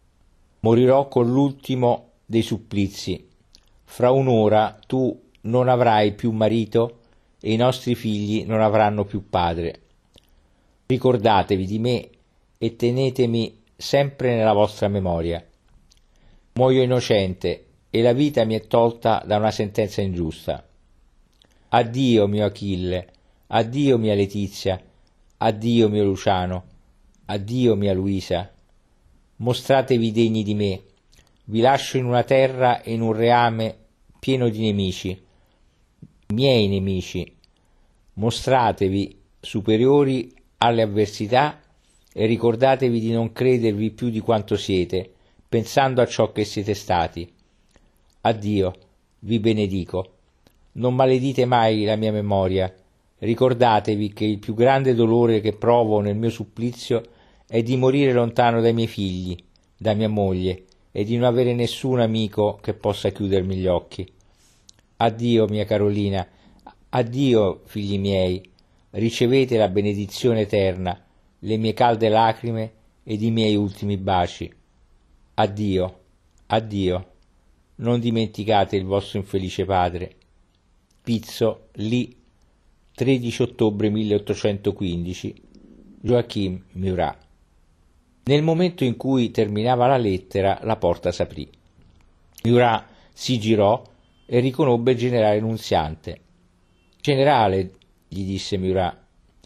Morirò con l'ultimo dei supplizi. Fra un'ora tu non avrai più marito e i nostri figli non avranno più padre. Ricordatevi di me e tenetemi sempre nella vostra memoria. Muoio innocente e la vita mi è tolta da una sentenza ingiusta. Addio mio Achille, addio mia Letizia, addio mio Luciano, addio mia Luisa. Mostratevi degni di me, vi lascio in una terra e in un reame pieno di nemici, miei nemici. Mostratevi superiori alle avversità e ricordatevi di non credervi più di quanto siete, pensando a ciò che siete stati. Addio, vi benedico. Non maledite mai la mia memoria. Ricordatevi che il più grande dolore che provo nel mio supplizio è di morire lontano dai miei figli, da mia moglie, e di non avere nessun amico che possa chiudermi gli occhi. Addio, mia Carolina, addio, figli miei, ricevete la benedizione eterna, le mie calde lacrime ed i miei ultimi baci. Addio, addio, non dimenticate il vostro infelice padre. Pizzo, lì, tredici ottobre milleottocentoquindici, Joachim Murat. Nel momento in cui terminava la lettera, la porta s'aprì. Murat si girò e riconobbe il generale Nunziante. Generale, gli disse Murat,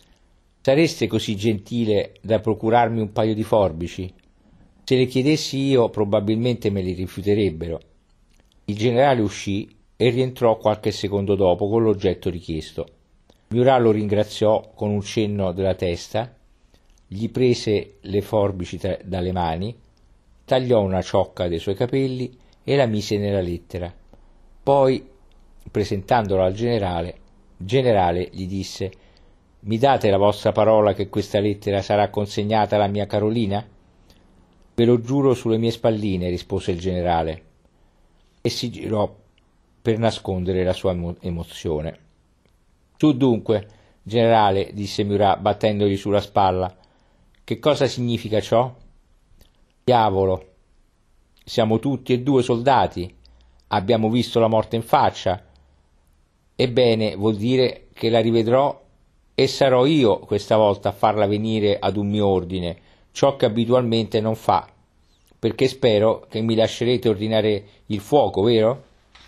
sareste così gentile da procurarmi un paio di forbici? Se le chiedessi io, probabilmente me li rifiuterebbero. Il generale uscì e rientrò qualche secondo dopo con l'oggetto richiesto. Murat lo ringraziò con un cenno della testa, gli prese le forbici tra- dalle mani, tagliò una ciocca dei suoi capelli e la mise nella lettera. Poi, presentandola al generale, il generale gli disse: «Mi date la vostra parola che questa lettera sarà consegnata alla mia Carolina?» «Ve lo giuro sulle mie spalline», rispose il generale, e si girò per nascondere la sua emo- emozione. «Tu dunque, generale», disse Murat battendogli sulla spalla, «che cosa significa ciò?» «Diavolo, siamo tutti e due soldati, abbiamo visto la morte in faccia. Ebbene, vuol dire che la rivedrò e sarò io questa volta a farla venire ad un mio ordine, ciò che abitualmente non fa, perché spero che mi lascerete ordinare il fuoco, vero?»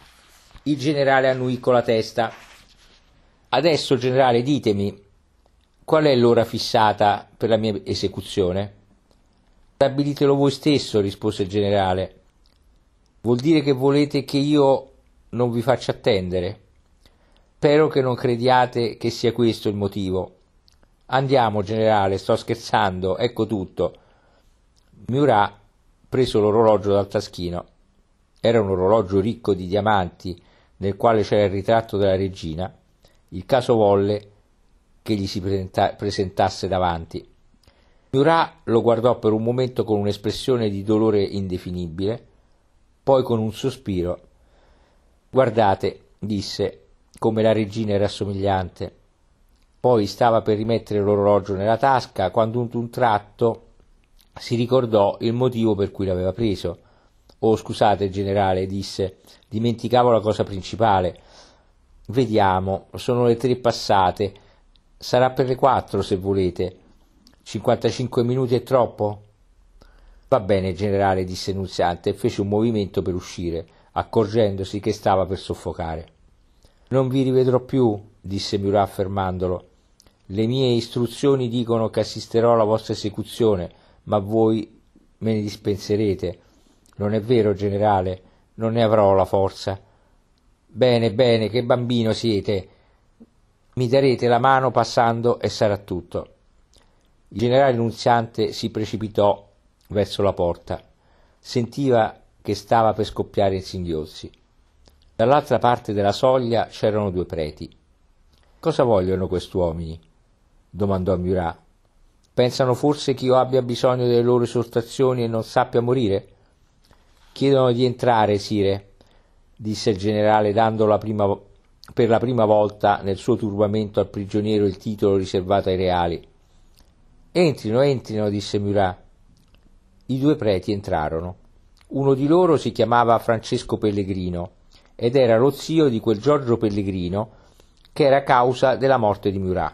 Il generale annuì con la testa. «Adesso, generale, ditemi, qual è l'ora fissata per la mia esecuzione?» «Stabilitelo voi stesso», rispose il generale. «Vuol dire che volete che io non vi faccia attendere? Spero che non crediate che sia questo il motivo. Andiamo, generale, sto scherzando, ecco tutto». Murat prese l'orologio dal taschino. Era un orologio ricco di diamanti, nel quale c'era il ritratto della regina. Il caso volle che gli si presenta- presentasse davanti. Murat lo guardò per un momento con un'espressione di dolore indefinibile, poi con un sospiro. «Guardate», disse, «come la regina è rassomigliante». Poi stava per rimettere l'orologio nella tasca quando d'un tratto si ricordò il motivo per cui l'aveva preso. «Oh, scusate, generale», disse, «dimenticavo la cosa principale. Vediamo, sono le tre passate. Sarà per le quattro, se volete. cinquantacinque minuti è troppo?» «Va bene, generale», disse Nunziante e fece un movimento per uscire, accorgendosi che stava per soffocare. «Non vi rivedrò più», disse Murat fermandolo. «Le mie istruzioni dicono che assisterò alla vostra esecuzione, ma voi me ne dispenserete. Non è vero, generale? Non ne avrò la forza». «Bene, bene, che bambino siete. Mi darete la mano passando e sarà tutto». Il generale Nunziante si precipitò verso la porta. Sentiva che stava per scoppiare in singhiozzi. Dall'altra parte della soglia c'erano due preti. «Cosa vogliono quest'uomini?» domandò Murat. «Pensano forse che io abbia bisogno delle loro esortazioni e non sappia morire?» «Chiedono di entrare, sire», disse il generale, dando la prima, per la prima volta nel suo turbamento al prigioniero il titolo riservato ai reali. «Entrino, entrino», disse Murat. I due preti entrarono. Uno di loro si chiamava Francesco Pellegrino ed era lo zio di quel Giorgio Pellegrino che era causa della morte di Murat.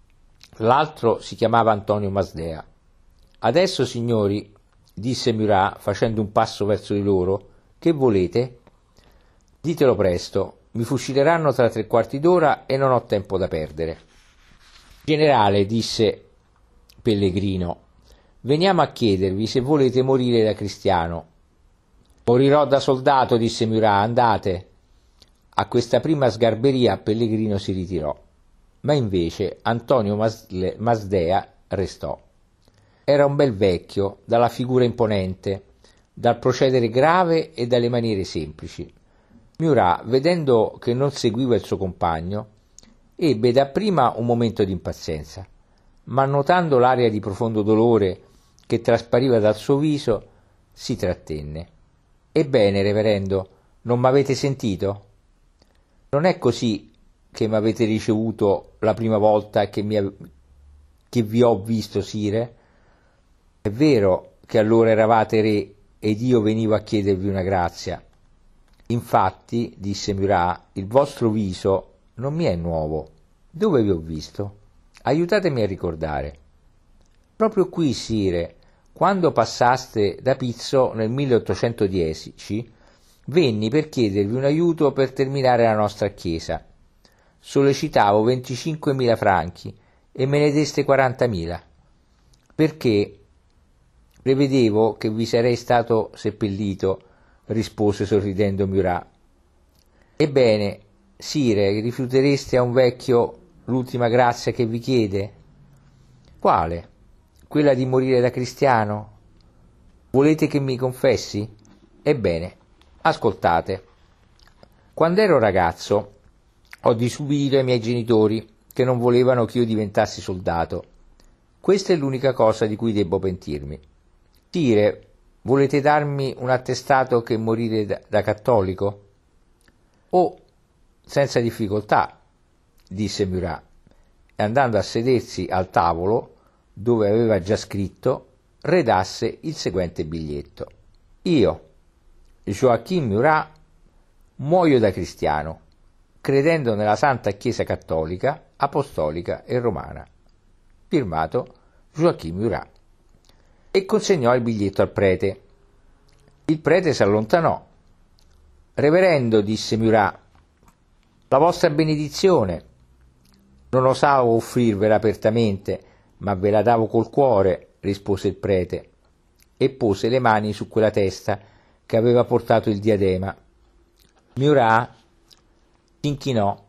L'altro si chiamava Antonio Masdea. «Adesso, signori», disse Murat facendo un passo verso di loro, «che volete?» «Ditelo presto, mi fucileranno tra tre quarti d'ora e non ho tempo da perdere». «Generale», disse Pellegrino, «veniamo a chiedervi se volete morire da cristiano». «Morirò da soldato», disse Murat, «andate». A questa prima sgarberia Pellegrino si ritirò, ma invece Antonio Masdea restò. Era un bel vecchio, dalla figura imponente, dal procedere grave e dalle maniere semplici. Murat, vedendo che non seguiva il suo compagno, ebbe dapprima un momento di impazienza, ma notando l'aria di profondo dolore che traspariva dal suo viso, si trattenne. «Ebbene, reverendo, non m'avete sentito? Non è così che m'avete ricevuto la prima volta che, mi ave... che vi ho visto, sire? È vero che allora eravate re ed io venivo a chiedervi una grazia. Infatti, disse Murat, il vostro viso non mi è nuovo. Dove vi ho visto? Aiutatemi a ricordare. Proprio qui, sire, quando passaste da Pizzo nel milleottocentodieci, venni per chiedervi un aiuto per terminare la nostra chiesa. Sollecitavo venticinquemila franchi e me ne deste quarantamila, perché prevedevo che vi sarei stato seppellito, rispose sorridendo Murat. Ebbene, sire, rifiutereste a un vecchio l'ultima grazia che vi chiede? Quale? Quella di morire da cristiano? Volete che mi confessi? Ebbene, ascoltate. Quando ero ragazzo ho disubbidito ai miei genitori, che non volevano che io diventassi soldato. Questa è l'unica cosa di cui debbo pentirmi. Sire, volete darmi un attestato che morire da, da cattolico? Oh, senza difficoltà, disse Murat, e andando a sedersi al tavolo, dove aveva già scritto, redasse il seguente biglietto. Io, Joachim Murat, muoio da cristiano, credendo nella Santa Chiesa Cattolica, Apostolica e Romana. Firmato Joachim Murat. E consegnò il biglietto al prete. Il prete si allontanò. Reverendo, disse Murat, la vostra benedizione. Non osavo offrirvela apertamente, ma ve la davo col cuore, rispose il prete, e pose le mani su quella testa che aveva portato il diadema. Murat si inchinò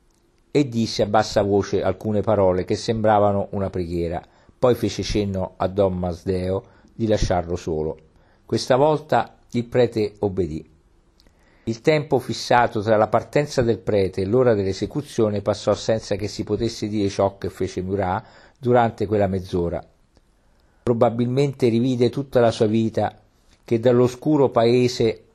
e disse a bassa voce alcune parole che sembravano una preghiera. Poi fece cenno a Don Masdeo di lasciarlo solo. Questa volta il prete obbedì. Il tempo fissato tra la partenza del prete e l'ora dell'esecuzione passò senza che si potesse dire ciò che fece Murat durante quella mezz'ora. Probabilmente rivide tutta la sua vita che dall'oscuro paese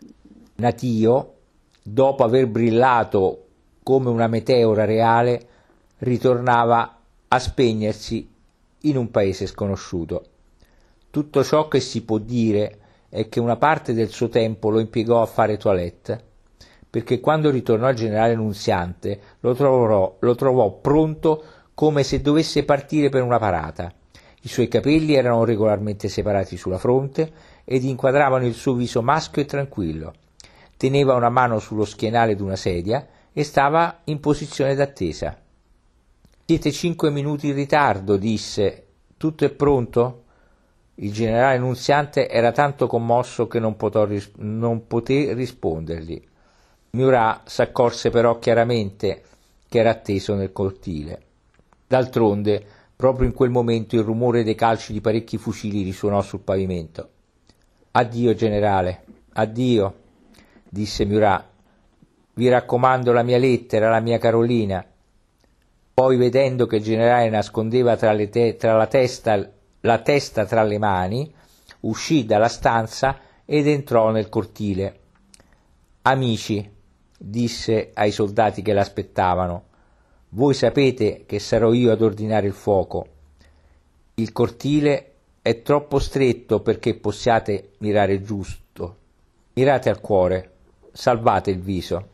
natio, dopo aver brillato come una meteora reale, ritornava a spegnersi in un paese sconosciuto. Tutto ciò che si può dire è che una parte del suo tempo lo impiegò a fare toilette, perché quando ritornò al generale Nunziante lo trovò, lo trovò pronto come se dovesse partire per una parata. I suoi capelli erano regolarmente separati sulla fronte ed inquadravano il suo viso maschio e tranquillo. Teneva una mano sullo schienale d'una sedia e stava in posizione d'attesa. «Siete cinque minuti in ritardo», disse. «Tutto è pronto?» Il generale Nunziante era tanto commosso che non, potò, non poté rispondergli. Murat s'accorse però chiaramente che era atteso nel cortile. D'altronde, proprio in quel momento il rumore dei calci di parecchi fucili risuonò sul pavimento. «Addio, generale, addio», disse Murat. «Vi raccomando la mia lettera, la mia Carolina». Poi, vedendo che il generale nascondeva tra, le te- tra la, testa, la testa tra le mani, uscì dalla stanza ed entrò nel cortile. «Amici», disse ai soldati che l'aspettavano, «voi sapete che sarò io ad ordinare il fuoco. Il cortile è troppo stretto perché possiate mirare giusto. Mirate al cuore, salvate il viso».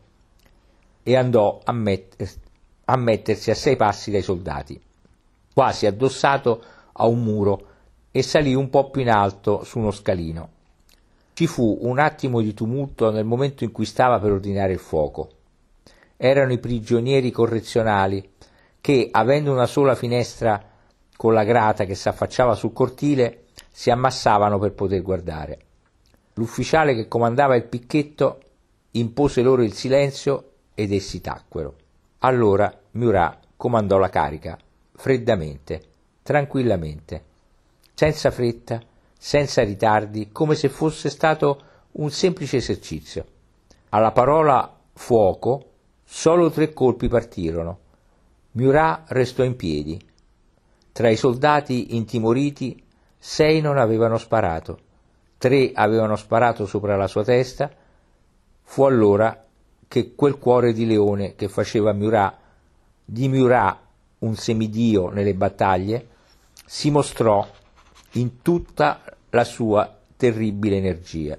E andò a mettersi a mettersi a sei passi dai soldati, quasi addossato a un muro, e salì un po' più in alto su uno scalino. Ci fu un attimo di tumulto nel momento in cui stava per ordinare il fuoco. Erano i prigionieri correzionali che, avendo una sola finestra con la grata che s'affacciava sul cortile, si ammassavano per poter guardare. L'ufficiale che comandava il picchetto impose loro il silenzio ed essi tacquero. Allora Murat comandò la carica, freddamente, tranquillamente, senza fretta, senza ritardi, come se fosse stato un semplice esercizio. Alla parola fuoco solo tre colpi partirono. Murat restò in piedi. Tra i soldati intimoriti, sei non avevano sparato, tre avevano sparato sopra la sua testa. Fu allora che quel cuore di leone che faceva Murat, di Murat un semidio nelle battaglie, si mostrò in tutta la sua terribile energia.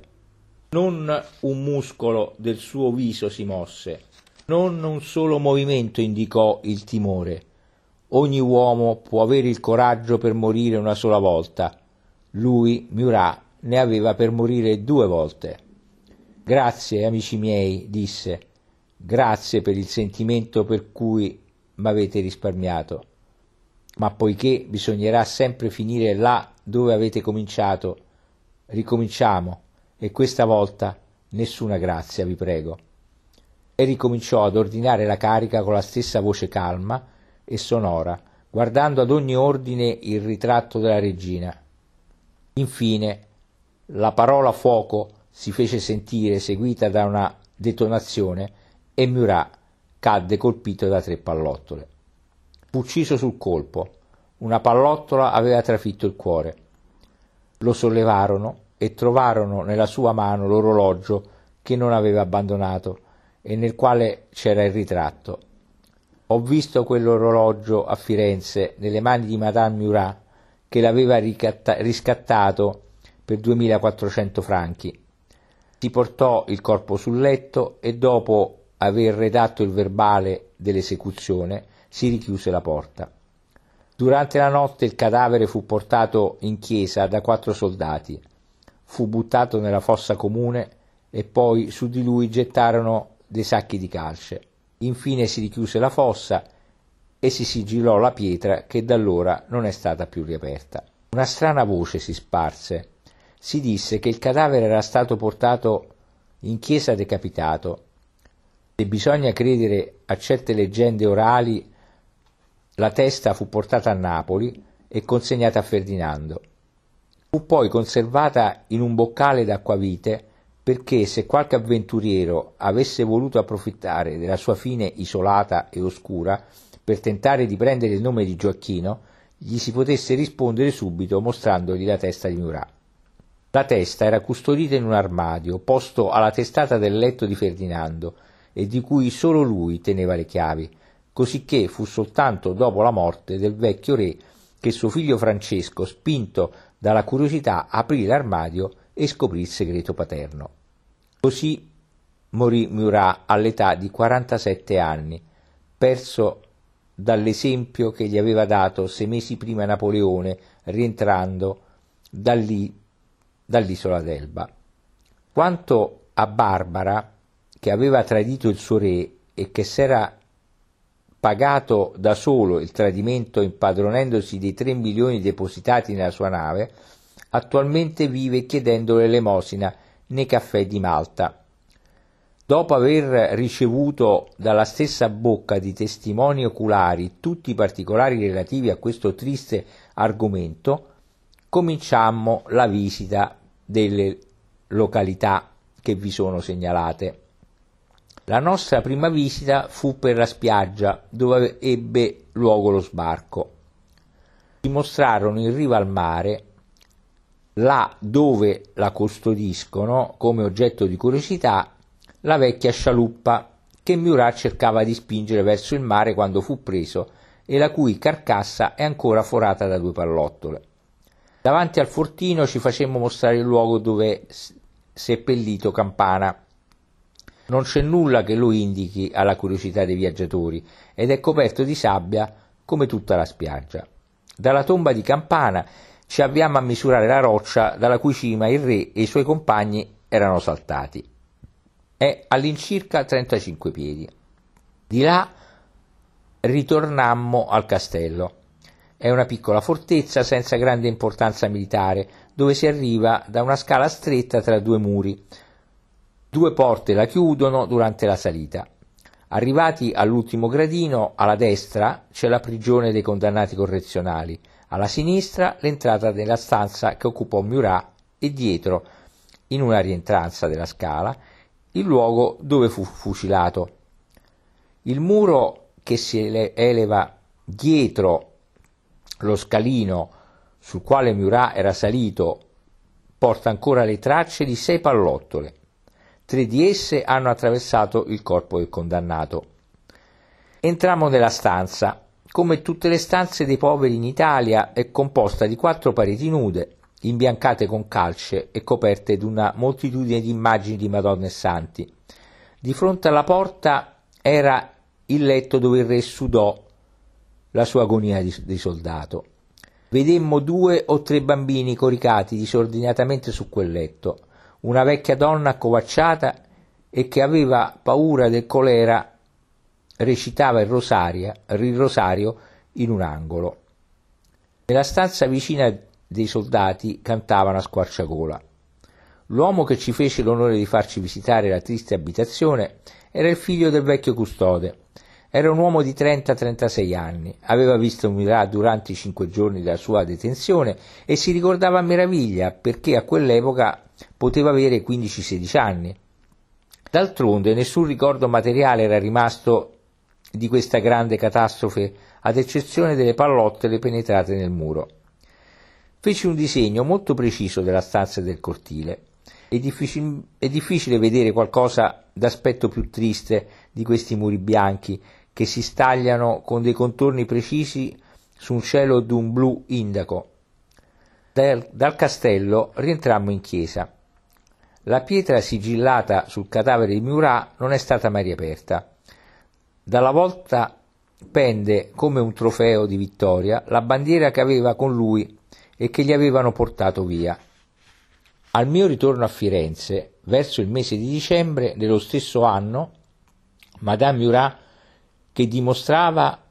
Non un muscolo del suo viso si mosse, non un solo movimento indicò il timore. Ogni uomo può avere il coraggio per morire una sola volta. Lui, Murat, ne aveva per morire due volte. Grazie, amici miei, disse, grazie per il sentimento per cui m'avete risparmiato. Ma poiché bisognerà sempre finire là dove avete cominciato, ricominciamo, e questa volta nessuna grazia, vi prego. E ricominciò ad ordinare la carica con la stessa voce calma e sonora, guardando ad ogni ordine il ritratto della regina. Infine, la parola fuoco si fece sentire, seguita da una detonazione, e Murat cadde colpito da tre pallottole. Fu ucciso sul colpo. Una pallottola aveva trafitto il cuore. Lo sollevarono e trovarono nella sua mano l'orologio che non aveva abbandonato e nel quale c'era il ritratto. Ho visto quell'orologio a Firenze nelle mani di Madame Murat, che l'aveva ricatta- riscattato per duemilaquattrocento franchi. Si portò il corpo sul letto e dopo aver redatto il verbale dell'esecuzione si richiuse la porta. Durante la notte il cadavere fu portato in chiesa da quattro soldati, fu buttato nella fossa comune e poi su di lui gettarono dei sacchi di calce. Infine si richiuse la fossa e si sigillò la pietra, che da allora non è stata più riaperta. Una strana voce si sparse. Si disse che il cadavere era stato portato in chiesa decapitato. Se bisogna credere a certe leggende orali, la testa fu portata a Napoli e consegnata a Ferdinando. Fu poi conservata in un boccale d'acquavite perché, se qualche avventuriero avesse voluto approfittare della sua fine isolata e oscura per tentare di prendere il nome di Gioacchino, gli si potesse rispondere subito mostrandogli la testa di Murat. La testa era custodita in un armadio posto alla testata del letto di Ferdinando e di cui solo lui teneva le chiavi, cosicché fu soltanto dopo la morte del vecchio re che suo figlio Francesco, spinto dalla curiosità, aprì l'armadio e scoprì il segreto paterno. Così morì Murat all'età di quarantasette anni, perso dall'esempio che gli aveva dato sei mesi prima Napoleone, rientrando da lì, dall'isola d'Elba. Quanto a Barbara, che aveva tradito il suo re e che s'era pagato da solo il tradimento impadronendosi dei tre milioni depositati nella sua nave, attualmente vive chiedendo l'elemosina nei caffè di Malta. Dopo aver ricevuto dalla stessa bocca di testimoni oculari tutti i particolari relativi a questo triste argomento, cominciammo la visita delle località che vi sono segnalate. La nostra prima visita fu per la spiaggia dove ebbe luogo lo sbarco. Ci mostrarono in riva al mare, là dove la custodiscono come oggetto di curiosità, la vecchia scialuppa che Murat cercava di spingere verso il mare quando fu preso e la cui carcassa è ancora forata da due pallottole. Davanti al fortino ci facemmo mostrare il luogo dove seppellito Campana. Non c'è nulla che lo indichi alla curiosità dei viaggiatori ed è coperto di sabbia come tutta la spiaggia. Dalla tomba di Campana ci avviamo a misurare la roccia dalla cui cima il re e i suoi compagni erano saltati. È all'incirca trentacinque piedi. Di là ritornammo al castello. È una piccola fortezza senza grande importanza militare, dove si arriva da una scala stretta tra due muri. Due porte la chiudono durante la salita. Arrivati all'ultimo gradino, alla destra c'è la prigione dei condannati correzionali, Alla sinistra l'entrata nella stanza che occupò Murat e dietro, in una rientranza della scala, il luogo dove fu fucilato. Il muro che si eleva dietro lo scalino sul quale Murat era salito porta ancora le tracce di sei pallottole. Tre di esse hanno attraversato il corpo del condannato. Entrammo nella stanza. Come tutte le stanze dei poveri in Italia, è composta di quattro pareti nude, imbiancate con calce e coperte di una moltitudine di immagini di Madonne e Santi. Di fronte alla porta era il letto dove il re sudò la sua agonia di, di soldato. Vedemmo due o tre bambini coricati disordinatamente su quel letto, una vecchia donna accovacciata e che aveva paura del colera recitava il rosario, il rosario in un angolo. Nella stanza vicina dei soldati cantavano a squarciagola. L'uomo che ci fece l'onore di farci visitare la triste abitazione era il figlio del vecchio custode. Era un uomo di trenta trentasei anni, aveva visto Murat durante i cinque giorni della sua detenzione e si ricordava a meraviglia perché a quell'epoca poteva avere quindici sedici anni. D'altronde nessun ricordo materiale era rimasto di questa grande catastrofe, ad eccezione delle pallottole penetrate nel muro. Feci un disegno molto preciso della stanza e del cortile. È difficile, è difficile vedere qualcosa d'aspetto più triste di questi muri bianchi che si stagliano con dei contorni precisi su un cielo d'un blu indaco. Dal, dal castello rientrammo in chiesa. La pietra sigillata sul cadavere di Murat non è stata mai riaperta. Dalla volta pende come un trofeo di vittoria la bandiera che aveva con lui e che gli avevano portato via. Al mio ritorno a Firenze, verso il mese di dicembre dello stesso anno, Madame Murat, che dimostrava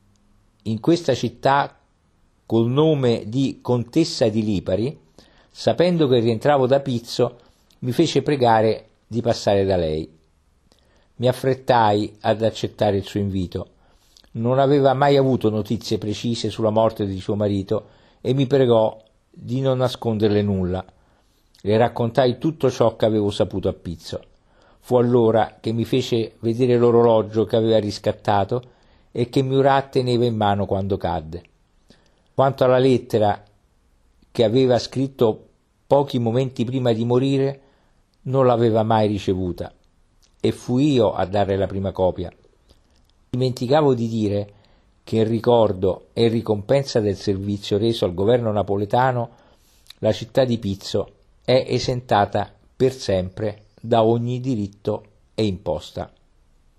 in questa città col nome di Contessa di Lipari, sapendo che rientravo da Pizzo, mi fece pregare di passare da lei. Mi affrettai ad accettare il suo invito. Non aveva mai avuto notizie precise sulla morte di suo marito e mi pregò di non nasconderle nulla. Le raccontai tutto ciò che avevo saputo a Pizzo. Fu allora che mi fece vedere l'orologio che aveva riscattato e che Murat teneva in mano quando cadde. Quanto alla lettera che aveva scritto pochi momenti prima di morire, non l'aveva mai ricevuta e fui io a darle la prima copia. Dimenticavo di dire che in ricordo e in ricompensa del servizio reso al governo napoletano, la città di Pizzo è esentata per sempre da ogni diritto e imposta.